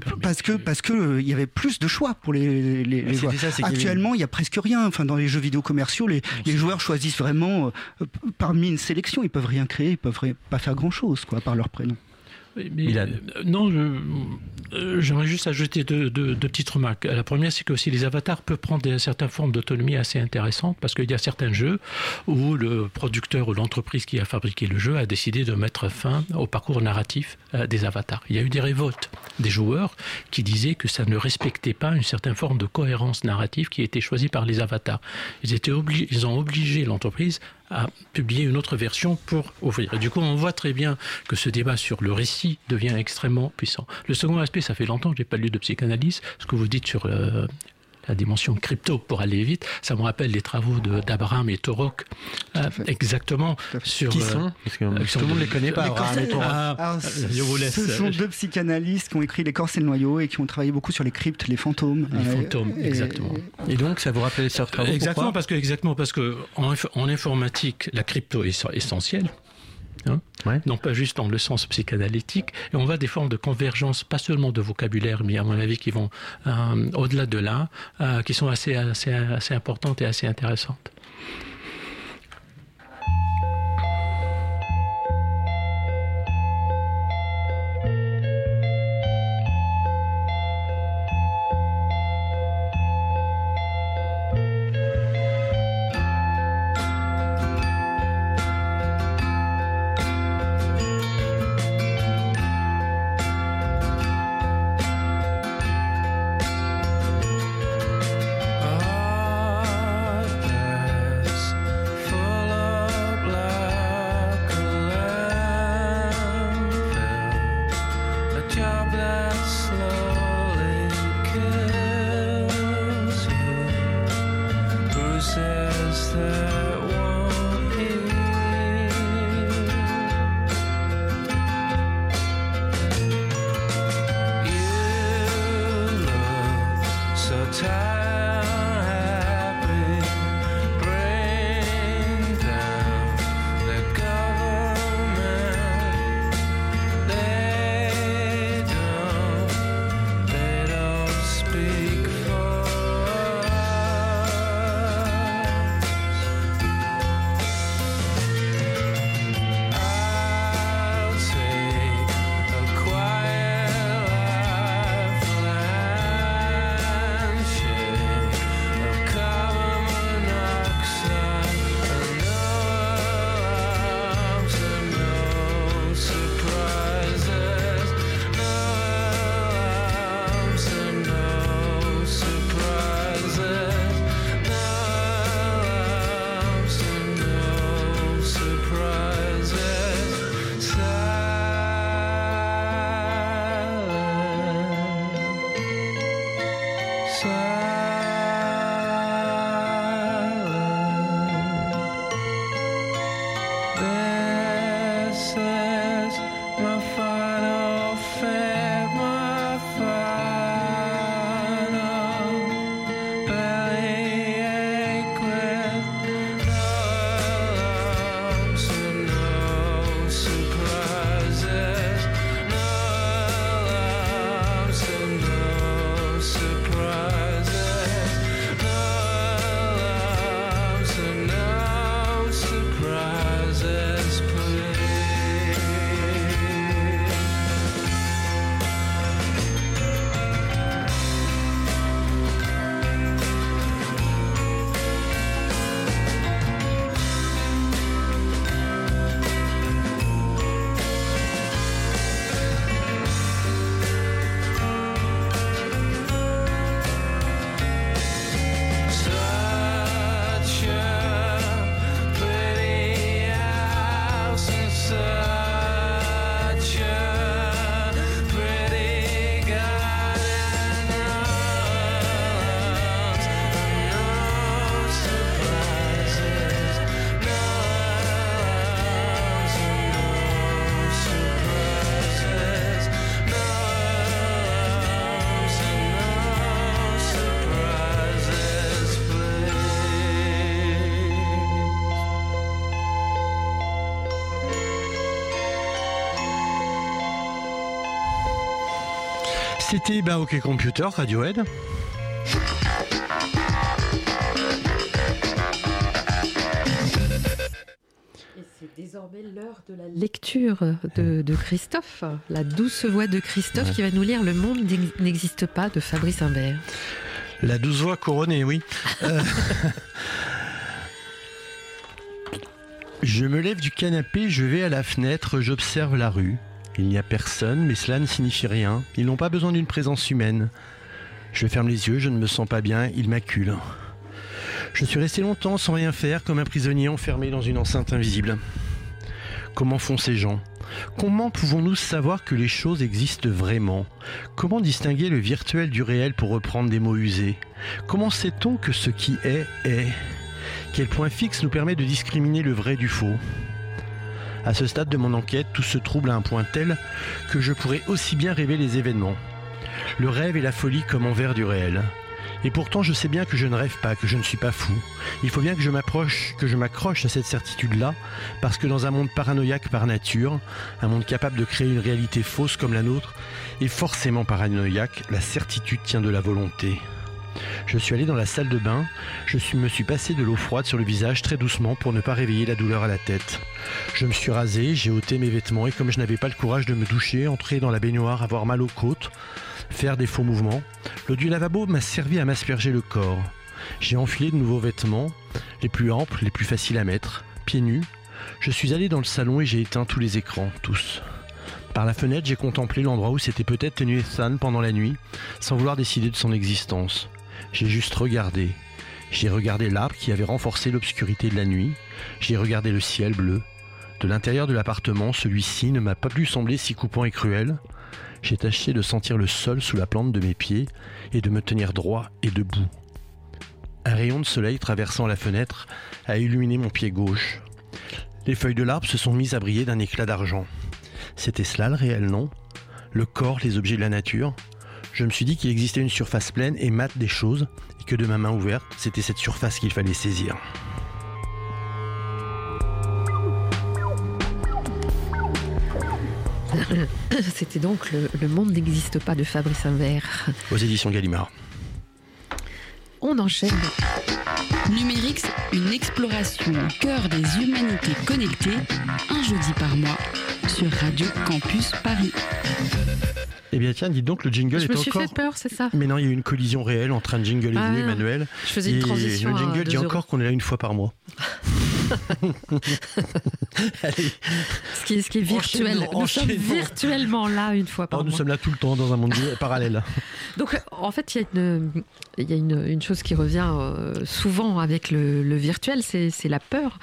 [SPEAKER 8] il y avait plus de choix pour les joueurs. Actuellement, il n'y a presque rien. Enfin, dans les jeux vidéo commerciaux, les joueurs choisissent vraiment parmi une sélection. Ils peuvent rien créer, ils peuvent pas faire grand-chose, quoi, par leur prénom.
[SPEAKER 7] Mais, non, j'aimerais juste ajouter deux petites remarques. La première, c'est que aussi les avatars peuvent prendre certaines formes d'autonomie assez intéressantes, parce qu'il y a certains jeux où le producteur ou l'entreprise qui a fabriqué le jeu a décidé de mettre fin au parcours narratif des avatars. Il y a eu des révoltes des joueurs qui disaient que ça ne respectait pas une certaine forme de cohérence narrative qui était choisie par les avatars. Ils ont obligé l'entreprise à publier une autre version pour ouvrir. Et du coup, on voit très bien que ce débat sur le récit devient extrêmement puissant. Le second aspect, ça fait longtemps que je n'ai pas lu de psychanalyse. Ce que vous dites sur la dimension crypto, pour aller vite, ça me rappelle les travaux d'Abraham et Torok, exactement. Sur,
[SPEAKER 10] qui sont parce que tout le monde ne les connaît pas, Abraham et Torok.
[SPEAKER 8] Je vous laisse. Ce sont deux psychanalystes qui ont écrit Les corps et le noyau et qui ont travaillé beaucoup sur les cryptes, les fantômes.
[SPEAKER 7] Les fantômes, exactement.
[SPEAKER 10] Et donc, ça vous rappelle ces travaux?
[SPEAKER 7] Exactement, parce que en informatique, la crypto est essentielle. Non pas juste dans le sens psychanalytique, et on voit des formes de convergence, pas seulement de vocabulaire, mais à mon avis qui vont au-delà de là, qui sont assez importantes et assez intéressantes.
[SPEAKER 5] C'était OK Computer, Radiohead.
[SPEAKER 6] Et c'est désormais l'heure de la lecture de Christophe, la douce voix de Christophe qui va nous lire Le monde n'existe pas de Fabrice Imbert.
[SPEAKER 5] La douce voix couronnée, oui. Je me lève du canapé, je vais à la fenêtre, j'observe la rue. Il n'y a personne, mais cela ne signifie rien. Ils n'ont pas besoin d'une présence humaine. Je ferme les yeux, je ne me sens pas bien, ils m'acculent. Je suis resté longtemps sans rien faire, comme un prisonnier enfermé dans une enceinte invisible. Comment font ces gens ? Comment pouvons-nous savoir que les choses existent vraiment ? Comment distinguer le virtuel du réel pour reprendre des mots usés ? Comment sait-on que ce qui est, est ? Quel point fixe nous permet de discriminer le vrai du faux ? À ce stade de mon enquête, tout se trouble à un point tel que je pourrais aussi bien rêver les événements. Le rêve et la folie comme envers du réel. Et pourtant, je sais bien que je ne rêve pas, que je ne suis pas fou. Il faut bien que je m'accroche à cette certitude-là, parce que dans un monde paranoïaque par nature, un monde capable de créer une réalité fausse comme la nôtre, et forcément paranoïaque, la certitude tient de la volonté. Je suis allé dans la salle de bain, me suis passé de l'eau froide sur le visage très doucement pour ne pas réveiller la douleur à la tête. Je me suis rasé, j'ai ôté mes vêtements et comme je n'avais pas le courage de me doucher, entrer dans la baignoire, avoir mal aux côtes, faire des faux mouvements, l'eau du lavabo m'a servi à m'asperger le corps. J'ai enfilé de nouveaux vêtements, les plus amples, les plus faciles à mettre, pieds nus. Je suis allé dans le salon et j'ai éteint tous les écrans, tous. Par la fenêtre, j'ai contemplé l'endroit où s'était peut-être tenu Ethan pendant la nuit, sans vouloir décider de son existence. J'ai juste regardé. J'ai regardé l'arbre qui avait renforcé l'obscurité de la nuit. J'ai regardé le ciel bleu. De l'intérieur de l'appartement, celui-ci ne m'a pas plus semblé si coupant et cruel. J'ai tâché de sentir le sol sous la plante de mes pieds et de me tenir droit et debout. Un rayon de soleil traversant la fenêtre a illuminé mon pied gauche. Les feuilles de l'arbre se sont mises à briller d'un éclat d'argent. C'était cela le réel, non ? Le corps, les objets de la nature ? Je me suis dit qu'il existait une surface pleine et mate des choses et que de ma main ouverte, c'était cette surface qu'il fallait saisir.
[SPEAKER 6] C'était donc Le monde n'existe pas de Fabrice Imbert.
[SPEAKER 5] Aux éditions Gallimard.
[SPEAKER 6] On enchaîne.
[SPEAKER 4] Numérix, une exploration au cœur des humanités connectées, un jeudi par mois, sur Radio Campus Paris.
[SPEAKER 5] Eh bien tiens, dites donc, le jingle est encore...
[SPEAKER 6] Je me suis fait peur, c'est ça ?
[SPEAKER 5] Mais non, il y a eu une collision réelle entre un jingle et vous, Emmanuel.
[SPEAKER 6] Je faisais une transition.
[SPEAKER 5] Le jingle dit encore qu'on est là une fois par mois.
[SPEAKER 6] Allez. Ce qui est virtuel. Nous sommes virtuellement là une fois par mois.
[SPEAKER 5] Nous sommes là tout le temps dans un monde parallèle.
[SPEAKER 6] Donc en fait, il y a une chose qui revient souvent avec le virtuel, c'est la peur.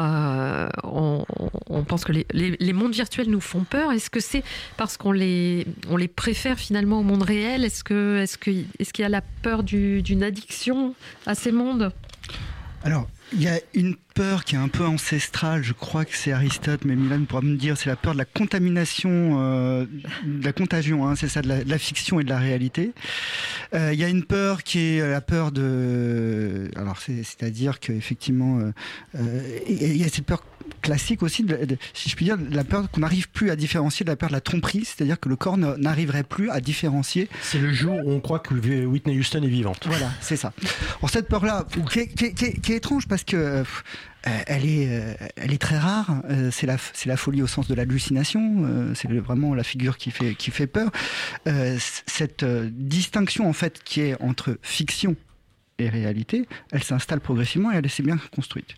[SPEAKER 6] On pense que les mondes virtuels nous font peur. Est-ce que c'est parce qu'on les préfère finalement au monde réel ? Est-ce qu'il y a la peur d'une addiction à ces mondes ?
[SPEAKER 8] Alors, il y a une peur qui est un peu ancestrale, je crois que c'est Aristote, mais Milan pourra me dire, c'est la peur de la contamination, de la contagion, hein, c'est ça, de la fiction et de la réalité. Il y a une peur qui est la peur de... Alors, c'est-à-dire qu'effectivement, il y a cette peur classique aussi, si je puis dire, la peur qu'on n'arrive plus à différencier de la peur de la tromperie, c'est-à-dire que le corps n'arriverait plus à différencier.
[SPEAKER 5] C'est le jour où on croit que Whitney Houston est vivante.
[SPEAKER 8] Voilà, c'est ça. Alors cette peur-là, qui est étrange parce que elle est très rare. C'est la folie au sens de l'hallucination. C'est vraiment la figure qui fait peur. Cette distinction en fait qui est entre fiction et réalité, elle s'installe progressivement et elle est assez bien construite.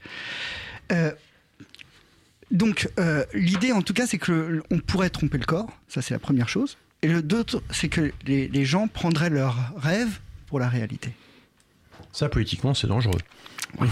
[SPEAKER 8] Donc, l'idée, en tout cas, c'est que on pourrait tromper le corps. Ça, c'est la première chose. Et le d'autre, c'est que les gens prendraient leurs rêves pour la réalité.
[SPEAKER 5] Ça, politiquement, c'est dangereux. Oui.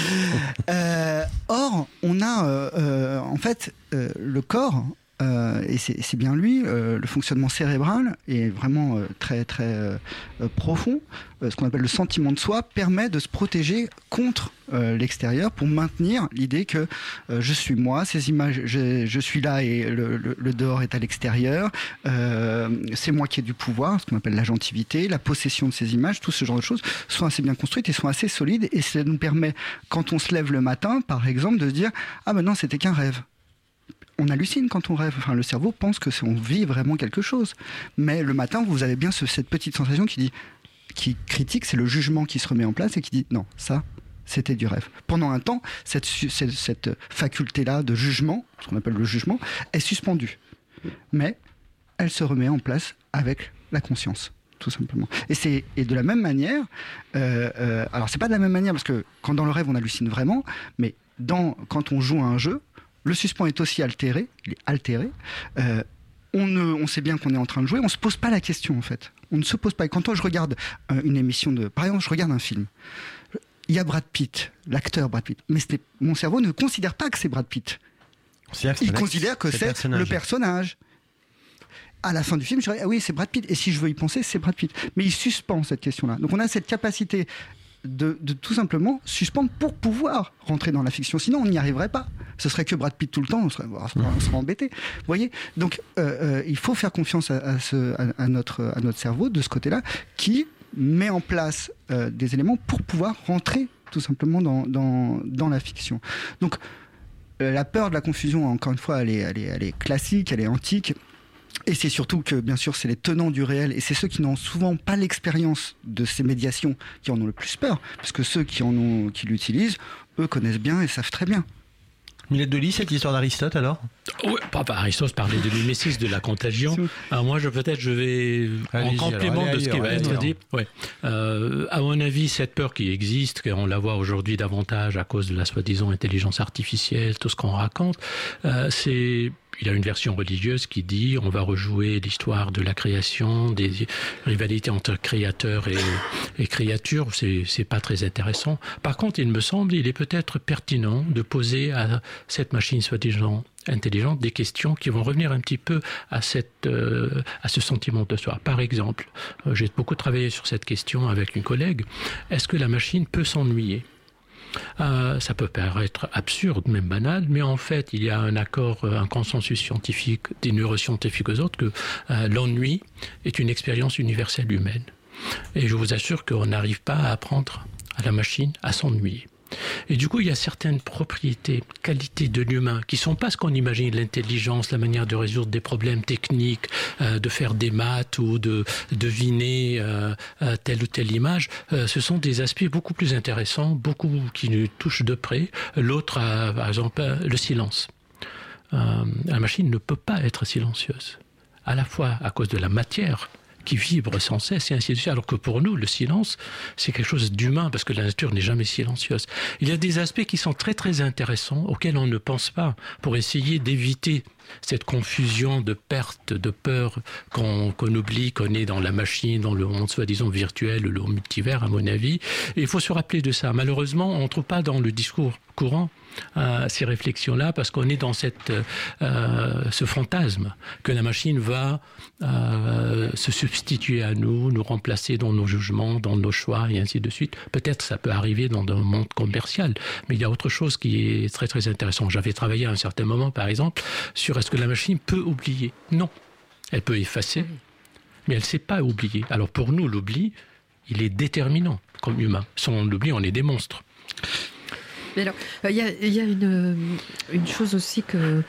[SPEAKER 8] Or, on a, en fait, le corps, et c'est bien lui, le fonctionnement cérébral est vraiment très, très profond. Ce qu'on appelle le sentiment de soi permet de se protéger contre l'extérieur pour maintenir l'idée que je suis moi, ces images, je suis là et le dehors est à l'extérieur, c'est moi qui ai du pouvoir, ce qu'on appelle l'agentivité, la possession de ces images, tout ce genre de choses sont assez bien construites et sont assez solides et ça nous permet, quand on se lève le matin, par exemple, de se dire « Ah ben non, c'était qu'un rêve ». on hallucine quand on rêve. Enfin, le cerveau pense que on vit vraiment quelque chose. Mais le matin, vous avez bien cette petite sensation qui critique, c'est le jugement qui se remet en place et qui dit non, ça, c'était du rêve. Pendant un temps, cette faculté-là de jugement, ce qu'on appelle le jugement, est suspendue. Mais elle se remet en place avec la conscience, tout simplement. Et de la même manière, alors c'est pas de la même manière, parce que quand dans le rêve on hallucine vraiment, mais quand on joue à un jeu, le suspens est aussi altéré, il est altéré, on sait bien qu'on est en train de jouer, on se pose pas la question en fait. On ne se pose pas. Quand je regarde une émission par exemple, je regarde un film, il y a Brad Pitt, l'acteur Brad Pitt, mais mon cerveau ne considère pas que c'est Brad Pitt. Il considère que c'est le personnage. À la fin du film, je dirais, ah oui, c'est Brad Pitt. Et si je veux y penser, c'est Brad Pitt. Mais il suspend cette question-là. Donc on a cette capacité de tout simplement suspendre pour pouvoir rentrer dans la fiction. Sinon, on n'y arriverait pas. Ce serait que Brad Pitt tout le temps, on serait embêté. Vous voyez ? Donc il faut faire confiance à notre cerveau de ce côté-là, qui met en place des éléments pour pouvoir rentrer tout simplement dans la fiction. Donc la peur de la confusion, encore une fois, elle est classique, elle est antique. Et c'est surtout que, bien sûr, c'est les tenants du réel, et c'est ceux qui n'ont souvent pas l'expérience de ces médiations qui en ont le plus peur, parce que ceux qui l'utilisent, eux connaissent bien et savent très bien.
[SPEAKER 10] Milette Delis, cette histoire d'Aristote, alors ?
[SPEAKER 7] Oui, Aristote parlait de mimésis, de la contagion. Alors moi, je vais, en complément de ce qui va être dit, à mon avis, cette peur qui existe, qu'on la voit aujourd'hui davantage à cause de la soi-disant intelligence artificielle, tout ce qu'on raconte, il y a une version religieuse qui dit on va rejouer l'histoire de la création, des rivalités entre créateurs et créatures. C'est pas très intéressant. Par contre, il me semble, il est peut-être pertinent de poser à cette machine soi-disant intelligente des questions qui vont revenir un petit peu à ce sentiment de soi. Par exemple, j'ai beaucoup travaillé sur cette question avec une collègue. Est-ce que la machine peut s'ennuyer ? Ça peut paraître absurde, même banal, mais en fait, il y a un consensus scientifique, des neuroscientifiques aux autres, que l'ennui est une expérience universelle humaine. Et je vous assure qu'on n'arrive pas à apprendre à la machine à s'ennuyer. Et du coup, il y a certaines propriétés, qualités de l'humain qui ne sont pas ce qu'on imagine, l'intelligence, la manière de résoudre des problèmes techniques, de faire des maths ou de deviner telle ou telle image. Ce sont des aspects beaucoup plus intéressants, beaucoup qui nous touchent de près. L'autre, par exemple, le silence. La machine ne peut pas être silencieuse, à la fois à cause de la matière qui vibre sans cesse et ainsi de suite. Alors que pour nous, le silence, c'est quelque chose d'humain parce que la nature n'est jamais silencieuse. Il y a des aspects qui sont très très intéressants auxquels on ne pense pas pour essayer d'éviter cette confusion de perte, de peur qu'on oublie, qu'on est dans la machine, dans le monde soi-disant virtuel, le multivers à mon avis. Et il faut se rappeler de ça. Malheureusement, on ne trouve pas dans le discours courant ces réflexions-là parce qu'on est dans ce fantasme que la machine va se substituer à nous remplacer dans nos jugements, dans nos choix et ainsi de suite. Peut-être ça peut arriver dans un monde commercial, mais il y a autre chose qui est très très intéressant. J'avais travaillé à un certain moment, par exemple, sur est-ce que la machine peut oublier ? Non, elle peut effacer, mais elle ne sait pas oublier. Alors pour nous, l'oubli, il est déterminant comme humain. Sans l'oubli, on est des monstres.
[SPEAKER 6] Mais alors, il y a une chose aussi que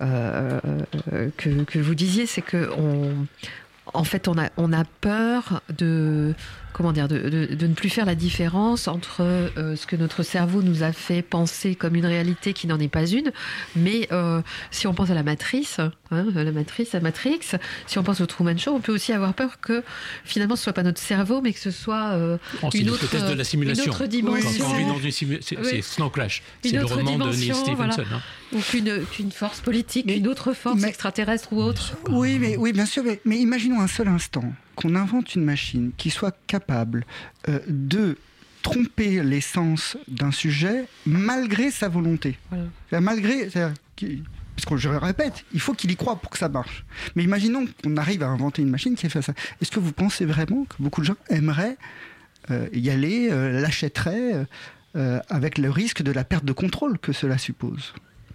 [SPEAKER 6] vous disiez, c'est que en fait, on a peur de ne plus faire la différence entre ce que notre cerveau nous a fait penser comme une réalité qui n'en est pas une, mais si on pense à la Matrix, à Matrix, si on pense au Truman Show, on peut aussi avoir peur que finalement ce soit pas notre cerveau, mais que ce soit une autre dimension.
[SPEAKER 7] Quand on vit dans c'est Snow Crash, c'est le roman de Neil Stephenson.
[SPEAKER 6] Voilà. Ou qu'une force politique, une autre force extraterrestre ou autre.
[SPEAKER 8] Oui, bien sûr, mais imaginons un seul instant qu'on invente une machine qui soit capable de tromper l'essence d'un sujet malgré sa volonté. Voilà. Parce que je le répète, il faut qu'il y croie pour que ça marche. Mais imaginons qu'on arrive à inventer une machine qui fait ça. Est-ce que vous pensez vraiment que beaucoup de gens aimeraient y aller, l'achèteraient avec le risque de la perte de contrôle que cela suppose ?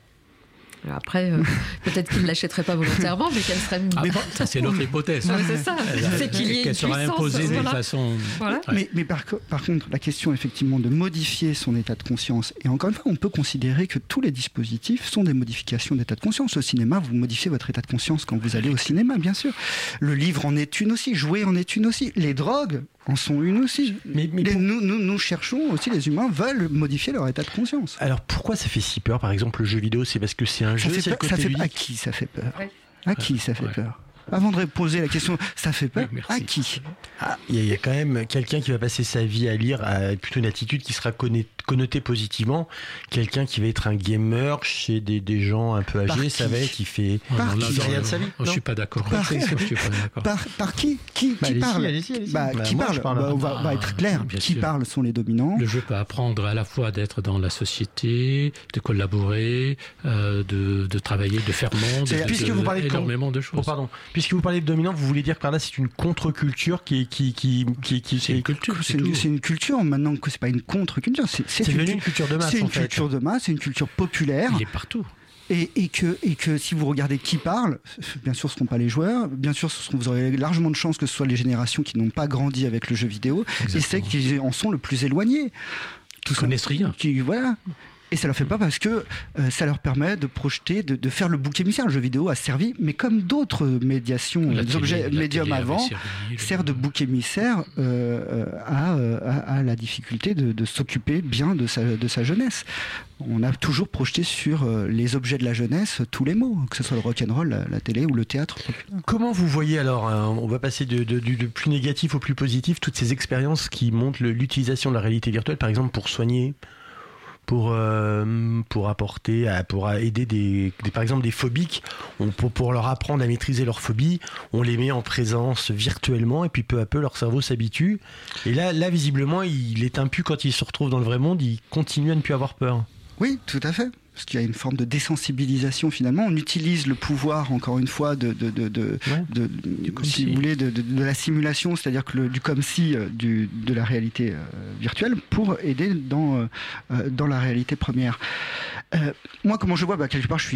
[SPEAKER 6] Après, peut-être qu'il ne l'achèterait pas volontairement, mais qu'elle serait...
[SPEAKER 7] Ça, c'est l'autre hypothèse.
[SPEAKER 6] C'est ça. C'est qu'il y ait
[SPEAKER 7] qu'elle sera imposée d'une façon...
[SPEAKER 8] Voilà. Mais par contre, la question, effectivement, de modifier son état de conscience, et encore une fois, on peut considérer que tous les dispositifs sont des modifications d'état de conscience. Au cinéma, vous modifiez votre état de conscience quand vous allez au cinéma, bien sûr. Le livre en est une aussi, jouer en est une aussi. Les drogues en sont une aussi. Mais nous cherchons aussi, les humains veulent modifier leur état de conscience.
[SPEAKER 10] Alors pourquoi ça fait si peur, par exemple, le jeu vidéo? C'est parce que c'est un jeu, c'est le côté ludique.
[SPEAKER 8] À qui ça fait peur? À qui ça fait peur? Avant de poser la question, ça fait peur à qui?
[SPEAKER 10] Il y a quand même quelqu'un qui va passer sa vie à lire, à plutôt une attitude qui sera connotée positivement. Quelqu'un qui va être un gamer chez des gens un peu âgés, ça va être qui fait rien de sa vie.
[SPEAKER 7] Je suis pas d'accord.
[SPEAKER 8] Par qui parle? Qui parle? On va être clair. Qui parle sont les dominants.
[SPEAKER 7] Le jeu peut apprendre à la fois d'être dans la société, de collaborer, de travailler, de faire monde,
[SPEAKER 10] puisque vous parlez
[SPEAKER 7] énormément de choses.
[SPEAKER 10] Puisque vous parlez de dominant, vous voulez dire que par là c'est une contre-culture qui
[SPEAKER 7] c'est une culture.
[SPEAKER 8] C'est une culture maintenant, que c'est pas une contre-culture.
[SPEAKER 10] C'est devenu une culture de masse.
[SPEAKER 8] C'est une culture de masse, c'est une culture populaire.
[SPEAKER 7] Il est partout.
[SPEAKER 8] Et que si vous regardez qui parle, bien sûr ce ne seront pas les joueurs, bien sûr vous aurez largement de chances que ce soit les générations qui n'ont pas grandi avec le jeu vidéo. Exactement. Et c'est qui en sont le plus éloignés.
[SPEAKER 7] Tous connaissent rien.
[SPEAKER 8] Voilà. Et ça leur fait pas parce que ça leur permet de projeter, de faire le bouc émissaire. Le jeu vidéo a servi, mais comme d'autres médiations, médiums avant, sert de bouc émissaire à la difficulté de s'occuper bien de sa jeunesse. On a toujours projeté sur les objets de la jeunesse tous les mots, que ce soit le rock'n'roll, la télé ou le théâtre.
[SPEAKER 10] Comment vous voyez alors, on va passer du plus négatif au plus positif, toutes ces expériences qui montrent l'utilisation de la réalité virtuelle, par exemple pour soigner, pour apporter, pour aider par exemple des phobiques, pour leur apprendre à maîtriser leur phobie, on les met en présence virtuellement et puis peu à peu leur cerveau s'habitue. Et là visiblement il est impu quand il se retrouve dans le vrai monde, il continue à ne plus avoir peur.
[SPEAKER 8] Oui, tout à fait. Parce qu'il y a une forme de désensibilisation finalement. On utilise le pouvoir, encore une fois, si vous voulez, de la simulation, c'est-à-dire que du comme si de la réalité virtuelle pour aider dans la réalité première. Moi, comment je vois, quelque part,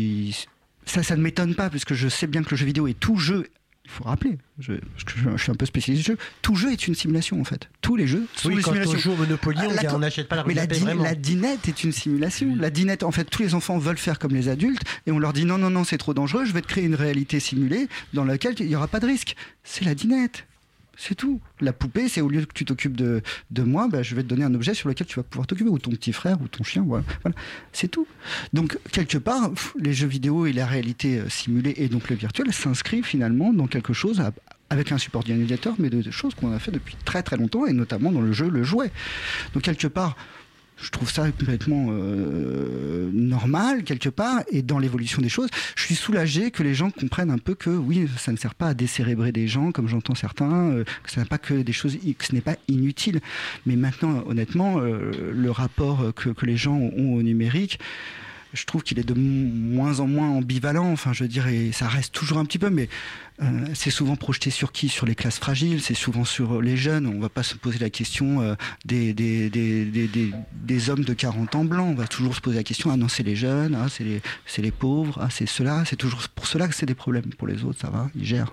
[SPEAKER 8] ça ne m'étonne pas, parce que je sais bien que le jeu vidéo est tout jeu. Il faut rappeler, je suis un peu spécialiste du jeu. Tout jeu est une simulation en fait. Tous les jeux sont des simulations.
[SPEAKER 10] Quand on joue au Monopoly, on n'achète pas la
[SPEAKER 8] mais la dinette est une simulation. La dinette, en fait, tous les enfants veulent faire comme les adultes et on leur dit non, c'est trop dangereux. Je vais te créer une réalité simulée dans laquelle il n'y aura pas de risque. C'est la dinette. C'est tout. La poupée, c'est au lieu que tu t'occupes de moi, je vais te donner un objet sur lequel tu vas pouvoir t'occuper, ou ton petit frère, ou ton chien, voilà. C'est tout. Donc, quelque part, les jeux vidéo et la réalité simulée, et donc le virtuel, s'inscrivent finalement dans quelque chose avec un support d'analysateur, mais de choses qu'on a fait depuis très très longtemps, et notamment dans le jeu, le jouet. Donc, quelque part, je trouve ça complètement normal, quelque part, et dans l'évolution des choses, je suis soulagé que les gens comprennent un peu que, oui, ça ne sert pas à décérébrer des gens, comme j'entends certains, que ça n'a pas que des choses, que ce n'est pas inutile. Mais maintenant, honnêtement, le rapport que les gens ont au numérique, je trouve qu'il est de moins en moins ambivalent. Enfin, je veux dire, et ça reste toujours un petit peu, mais c'est souvent projeté sur qui? Sur les classes fragiles, c'est souvent sur les jeunes. On ne va pas se poser la question des hommes de 40 ans blancs. On va toujours se poser la question, ah non, c'est les jeunes, ah, c'est les pauvres, ah, c'est cela. C'est toujours pour cela que c'est des problèmes. Pour les autres, ça va, ils gèrent.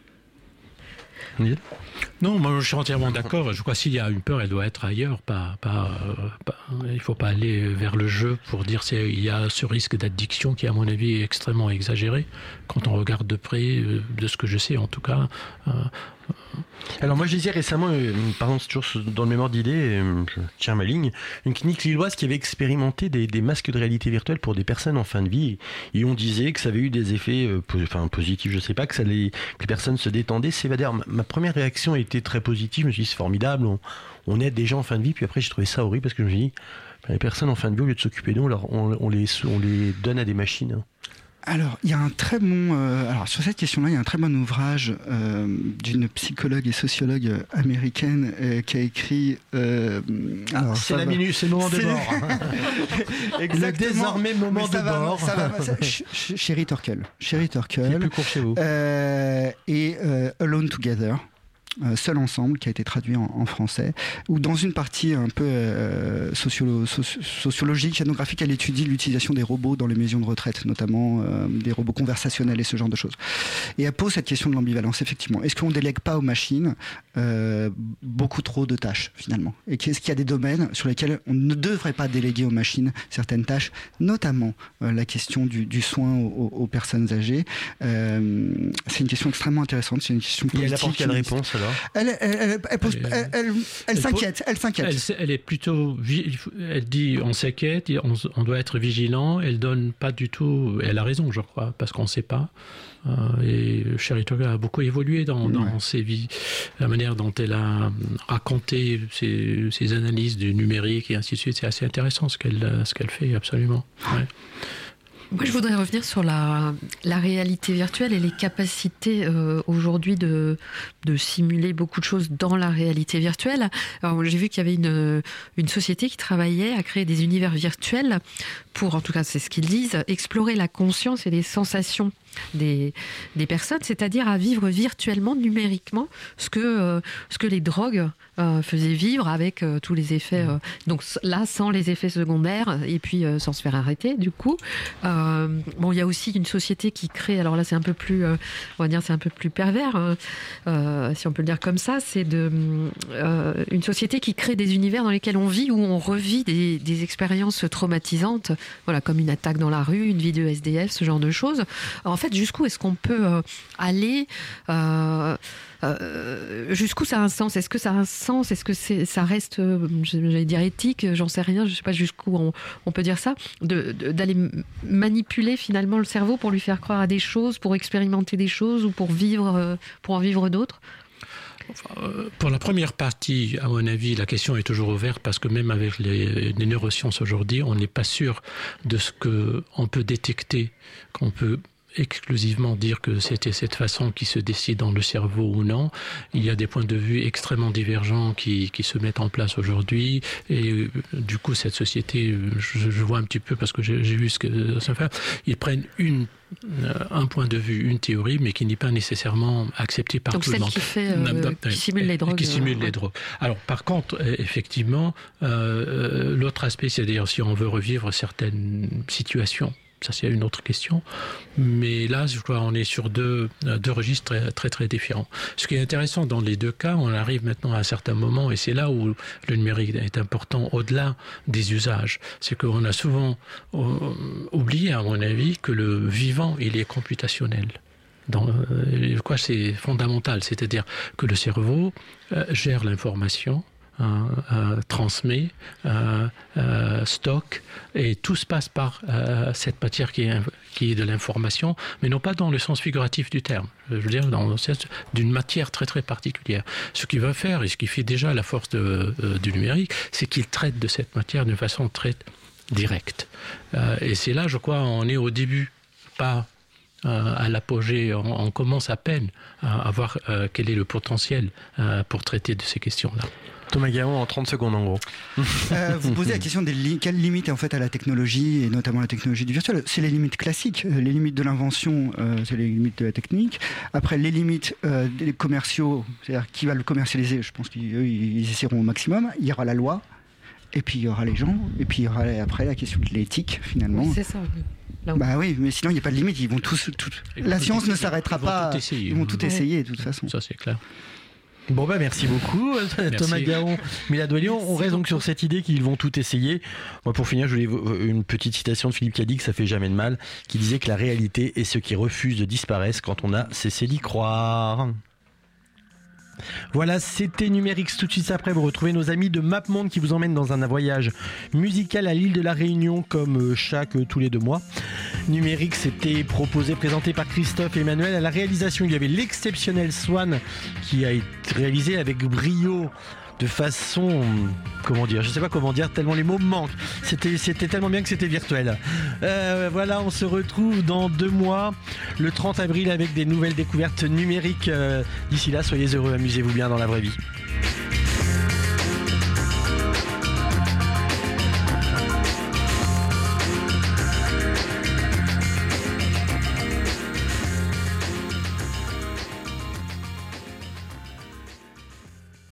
[SPEAKER 7] Non, moi je suis entièrement d'accord. Je crois que s'il y a une peur, elle doit être ailleurs. Il ne faut pas aller vers le jeu pour dire qu'il y a ce risque d'addiction qui, à mon avis, est extrêmement exagéré quand on regarde de près, de ce que je sais en tout cas.
[SPEAKER 10] Alors moi je disais récemment, pardon, c'est toujours dans le même ordre d'idée, je tiens ma ligne, une clinique lilloise qui avait expérimenté des masques de réalité virtuelle pour des personnes en fin de vie, et on disait que ça avait eu des effets positifs, je sais pas, que les personnes se détendaient, s'évadaient. Ma première réaction a été très positive, je me suis dit c'est formidable, on aide des gens en fin de vie, puis après j'ai trouvé ça horrible parce que je me suis dit, les personnes en fin de vie, au lieu de s'occuper d'eux, on les donne à des machines.
[SPEAKER 8] Alors, il y a un très bon... sur cette question-là, il y a un très bon ouvrage d'une psychologue et sociologue américaine qui a écrit...
[SPEAKER 10] c'est le moment de bord. Le désormais moment de bord.
[SPEAKER 8] Sherry Turkle.
[SPEAKER 10] Qui est plus court chez vous.
[SPEAKER 8] Et Alone Together. Seul ensemble, qui a été traduit en français, où dans une partie un peu sociologique, ethnographique, elle étudie l'utilisation des robots dans les maisons de retraite, notamment des robots conversationnels et ce genre de choses. Et elle pose cette question de l'ambivalence, effectivement. Est-ce qu'on ne délègue pas aux machines beaucoup trop de tâches, finalement? Et est-ce qu'il y a des domaines sur lesquels on ne devrait pas déléguer aux machines certaines tâches, notamment la question du soin aux personnes âgées? C'est une question extrêmement intéressante, c'est une question politique.
[SPEAKER 10] Et elle apporte quelle réponse alors?
[SPEAKER 8] Elle s'inquiète.
[SPEAKER 7] Elle est plutôt, elle dit on s'inquiète, on doit être vigilant. Elle donne pas du tout. Elle a raison, je crois, parce qu'on ne sait pas. Et Sherry Turkle a beaucoup évolué dans la manière dont elle a raconté ses analyses du numérique et ainsi de suite. C'est assez intéressant ce qu'elle fait, absolument. Ouais.
[SPEAKER 6] Moi, je voudrais revenir sur la réalité virtuelle et les capacités aujourd'hui de simuler beaucoup de choses dans la réalité virtuelle. Alors, j'ai vu qu'il y avait une société qui travaillait à créer des univers virtuels pour, en tout cas c'est ce qu'ils disent, explorer la conscience et les sensations des personnes, c'est-à-dire à vivre virtuellement, numériquement, ce que les drogues faisaient vivre avec tous les effets. Donc là, sans les effets secondaires et puis sans se faire arrêter, du coup. Bon, il y a aussi une société qui crée. Alors là, c'est un peu plus, on va dire, c'est un peu plus pervers, si on peut le dire comme ça. C'est une société qui crée des univers dans lesquels on vit, où on revit des expériences traumatisantes, voilà, comme une attaque dans la rue, une vie de SDF, ce genre de choses. En fait, jusqu'où est-ce qu'on peut aller jusqu'où ça a un sens? Est-ce que ça a un sens? Est-ce que ça reste, j'allais dire éthique, j'en sais rien, je ne sais pas jusqu'où on peut dire ça, d'aller manipuler finalement le cerveau pour lui faire croire à des choses, pour expérimenter des choses ou pour en vivre d'autres?
[SPEAKER 7] Pour la première partie, à mon avis, la question est toujours ouverte parce que même avec les neurosciences aujourd'hui, on n'est pas sûr de ce qu'on peut détecter, qu'on peut exclusivement dire que c'était cette façon qui se décide dans le cerveau ou non. Il y a des points de vue extrêmement divergents qui se mettent en place aujourd'hui et du coup cette société, je vois un petit peu parce que j'ai vu ce que ça fait, ils prennent un point de vue, une théorie, mais qui n'est pas nécessairement acceptée par tout le monde.
[SPEAKER 6] Donc celle qui simule les drogues.
[SPEAKER 7] Qui simule les drogues. Alors par contre, effectivement, l'autre aspect, c'est-à-dire si on veut revivre certaines situations, ça c'est une autre question, mais là je crois qu'on est sur deux registres très très différents. Ce qui est intéressant dans les deux cas, on arrive maintenant à un certain moment, et c'est là où le numérique est important au-delà des usages, c'est qu'on a souvent oublié, à mon avis, que le vivant il est computationnel. Je crois que c'est fondamental, c'est-à-dire que le cerveau gère l'information, transmet, stocke, et tout se passe par cette matière qui est de l'information, mais non pas dans le sens figuratif du terme. Je veux dire, dans le sens d'une matière très très particulière. Ce qu'il va faire, et ce qui fait déjà la force du numérique, c'est qu'il traite de cette matière d'une façon très directe. Et c'est là, je crois, on est au début, pas à l'apogée, on commence à peine à voir quel est le potentiel pour traiter de ces questions-là.
[SPEAKER 10] Thomas Gaon, en 30 secondes en gros.
[SPEAKER 8] Vous posez la question quelles limites en fait à la technologie, et notamment la technologie du virtuel. C'est les limites classiques, les limites de l'invention, c'est les limites de la technique. Après, les limites des commerciaux, c'est-à-dire qui va le commercialiser, je pense qu'ils essaieront au maximum. Il y aura la loi, et puis il y aura les gens, et puis il y aura après la question de l'éthique finalement.
[SPEAKER 6] Oui, c'est ça.
[SPEAKER 8] Bah oui, mais sinon il n'y a pas de limite. Ils vont la science ne s'arrêtera pas. Ils vont tout essayer de toute façon.
[SPEAKER 7] Ça c'est clair.
[SPEAKER 10] Bon bah merci beaucoup Thomas Gaon, Mila Doilion. On reste donc sur cette idée qu'ils vont tout essayer. Moi pour finir, je voulais une petite citation de Philippe Cadic, ça fait jamais de mal, qui disait que la réalité est ce qui refuse de disparaître quand on a cessé d'y croire. Voilà, c'était Numérix. Tout de suite après, vous retrouvez nos amis de MapMonde qui vous emmènent dans un voyage musical à l'île de la Réunion comme tous les 2 mois. Numérix était proposé, présenté par Christophe et Emmanuel. À la réalisation, il y avait l'exceptionnel Swan qui a été réalisé avec brio, de façon, je sais pas comment dire, tellement les mots me manquent. C'était tellement bien que c'était virtuel. Voilà, on se retrouve dans 2 mois, le 30 avril, avec des nouvelles découvertes numériques. D'ici là, soyez heureux, amusez-vous bien dans la vraie vie.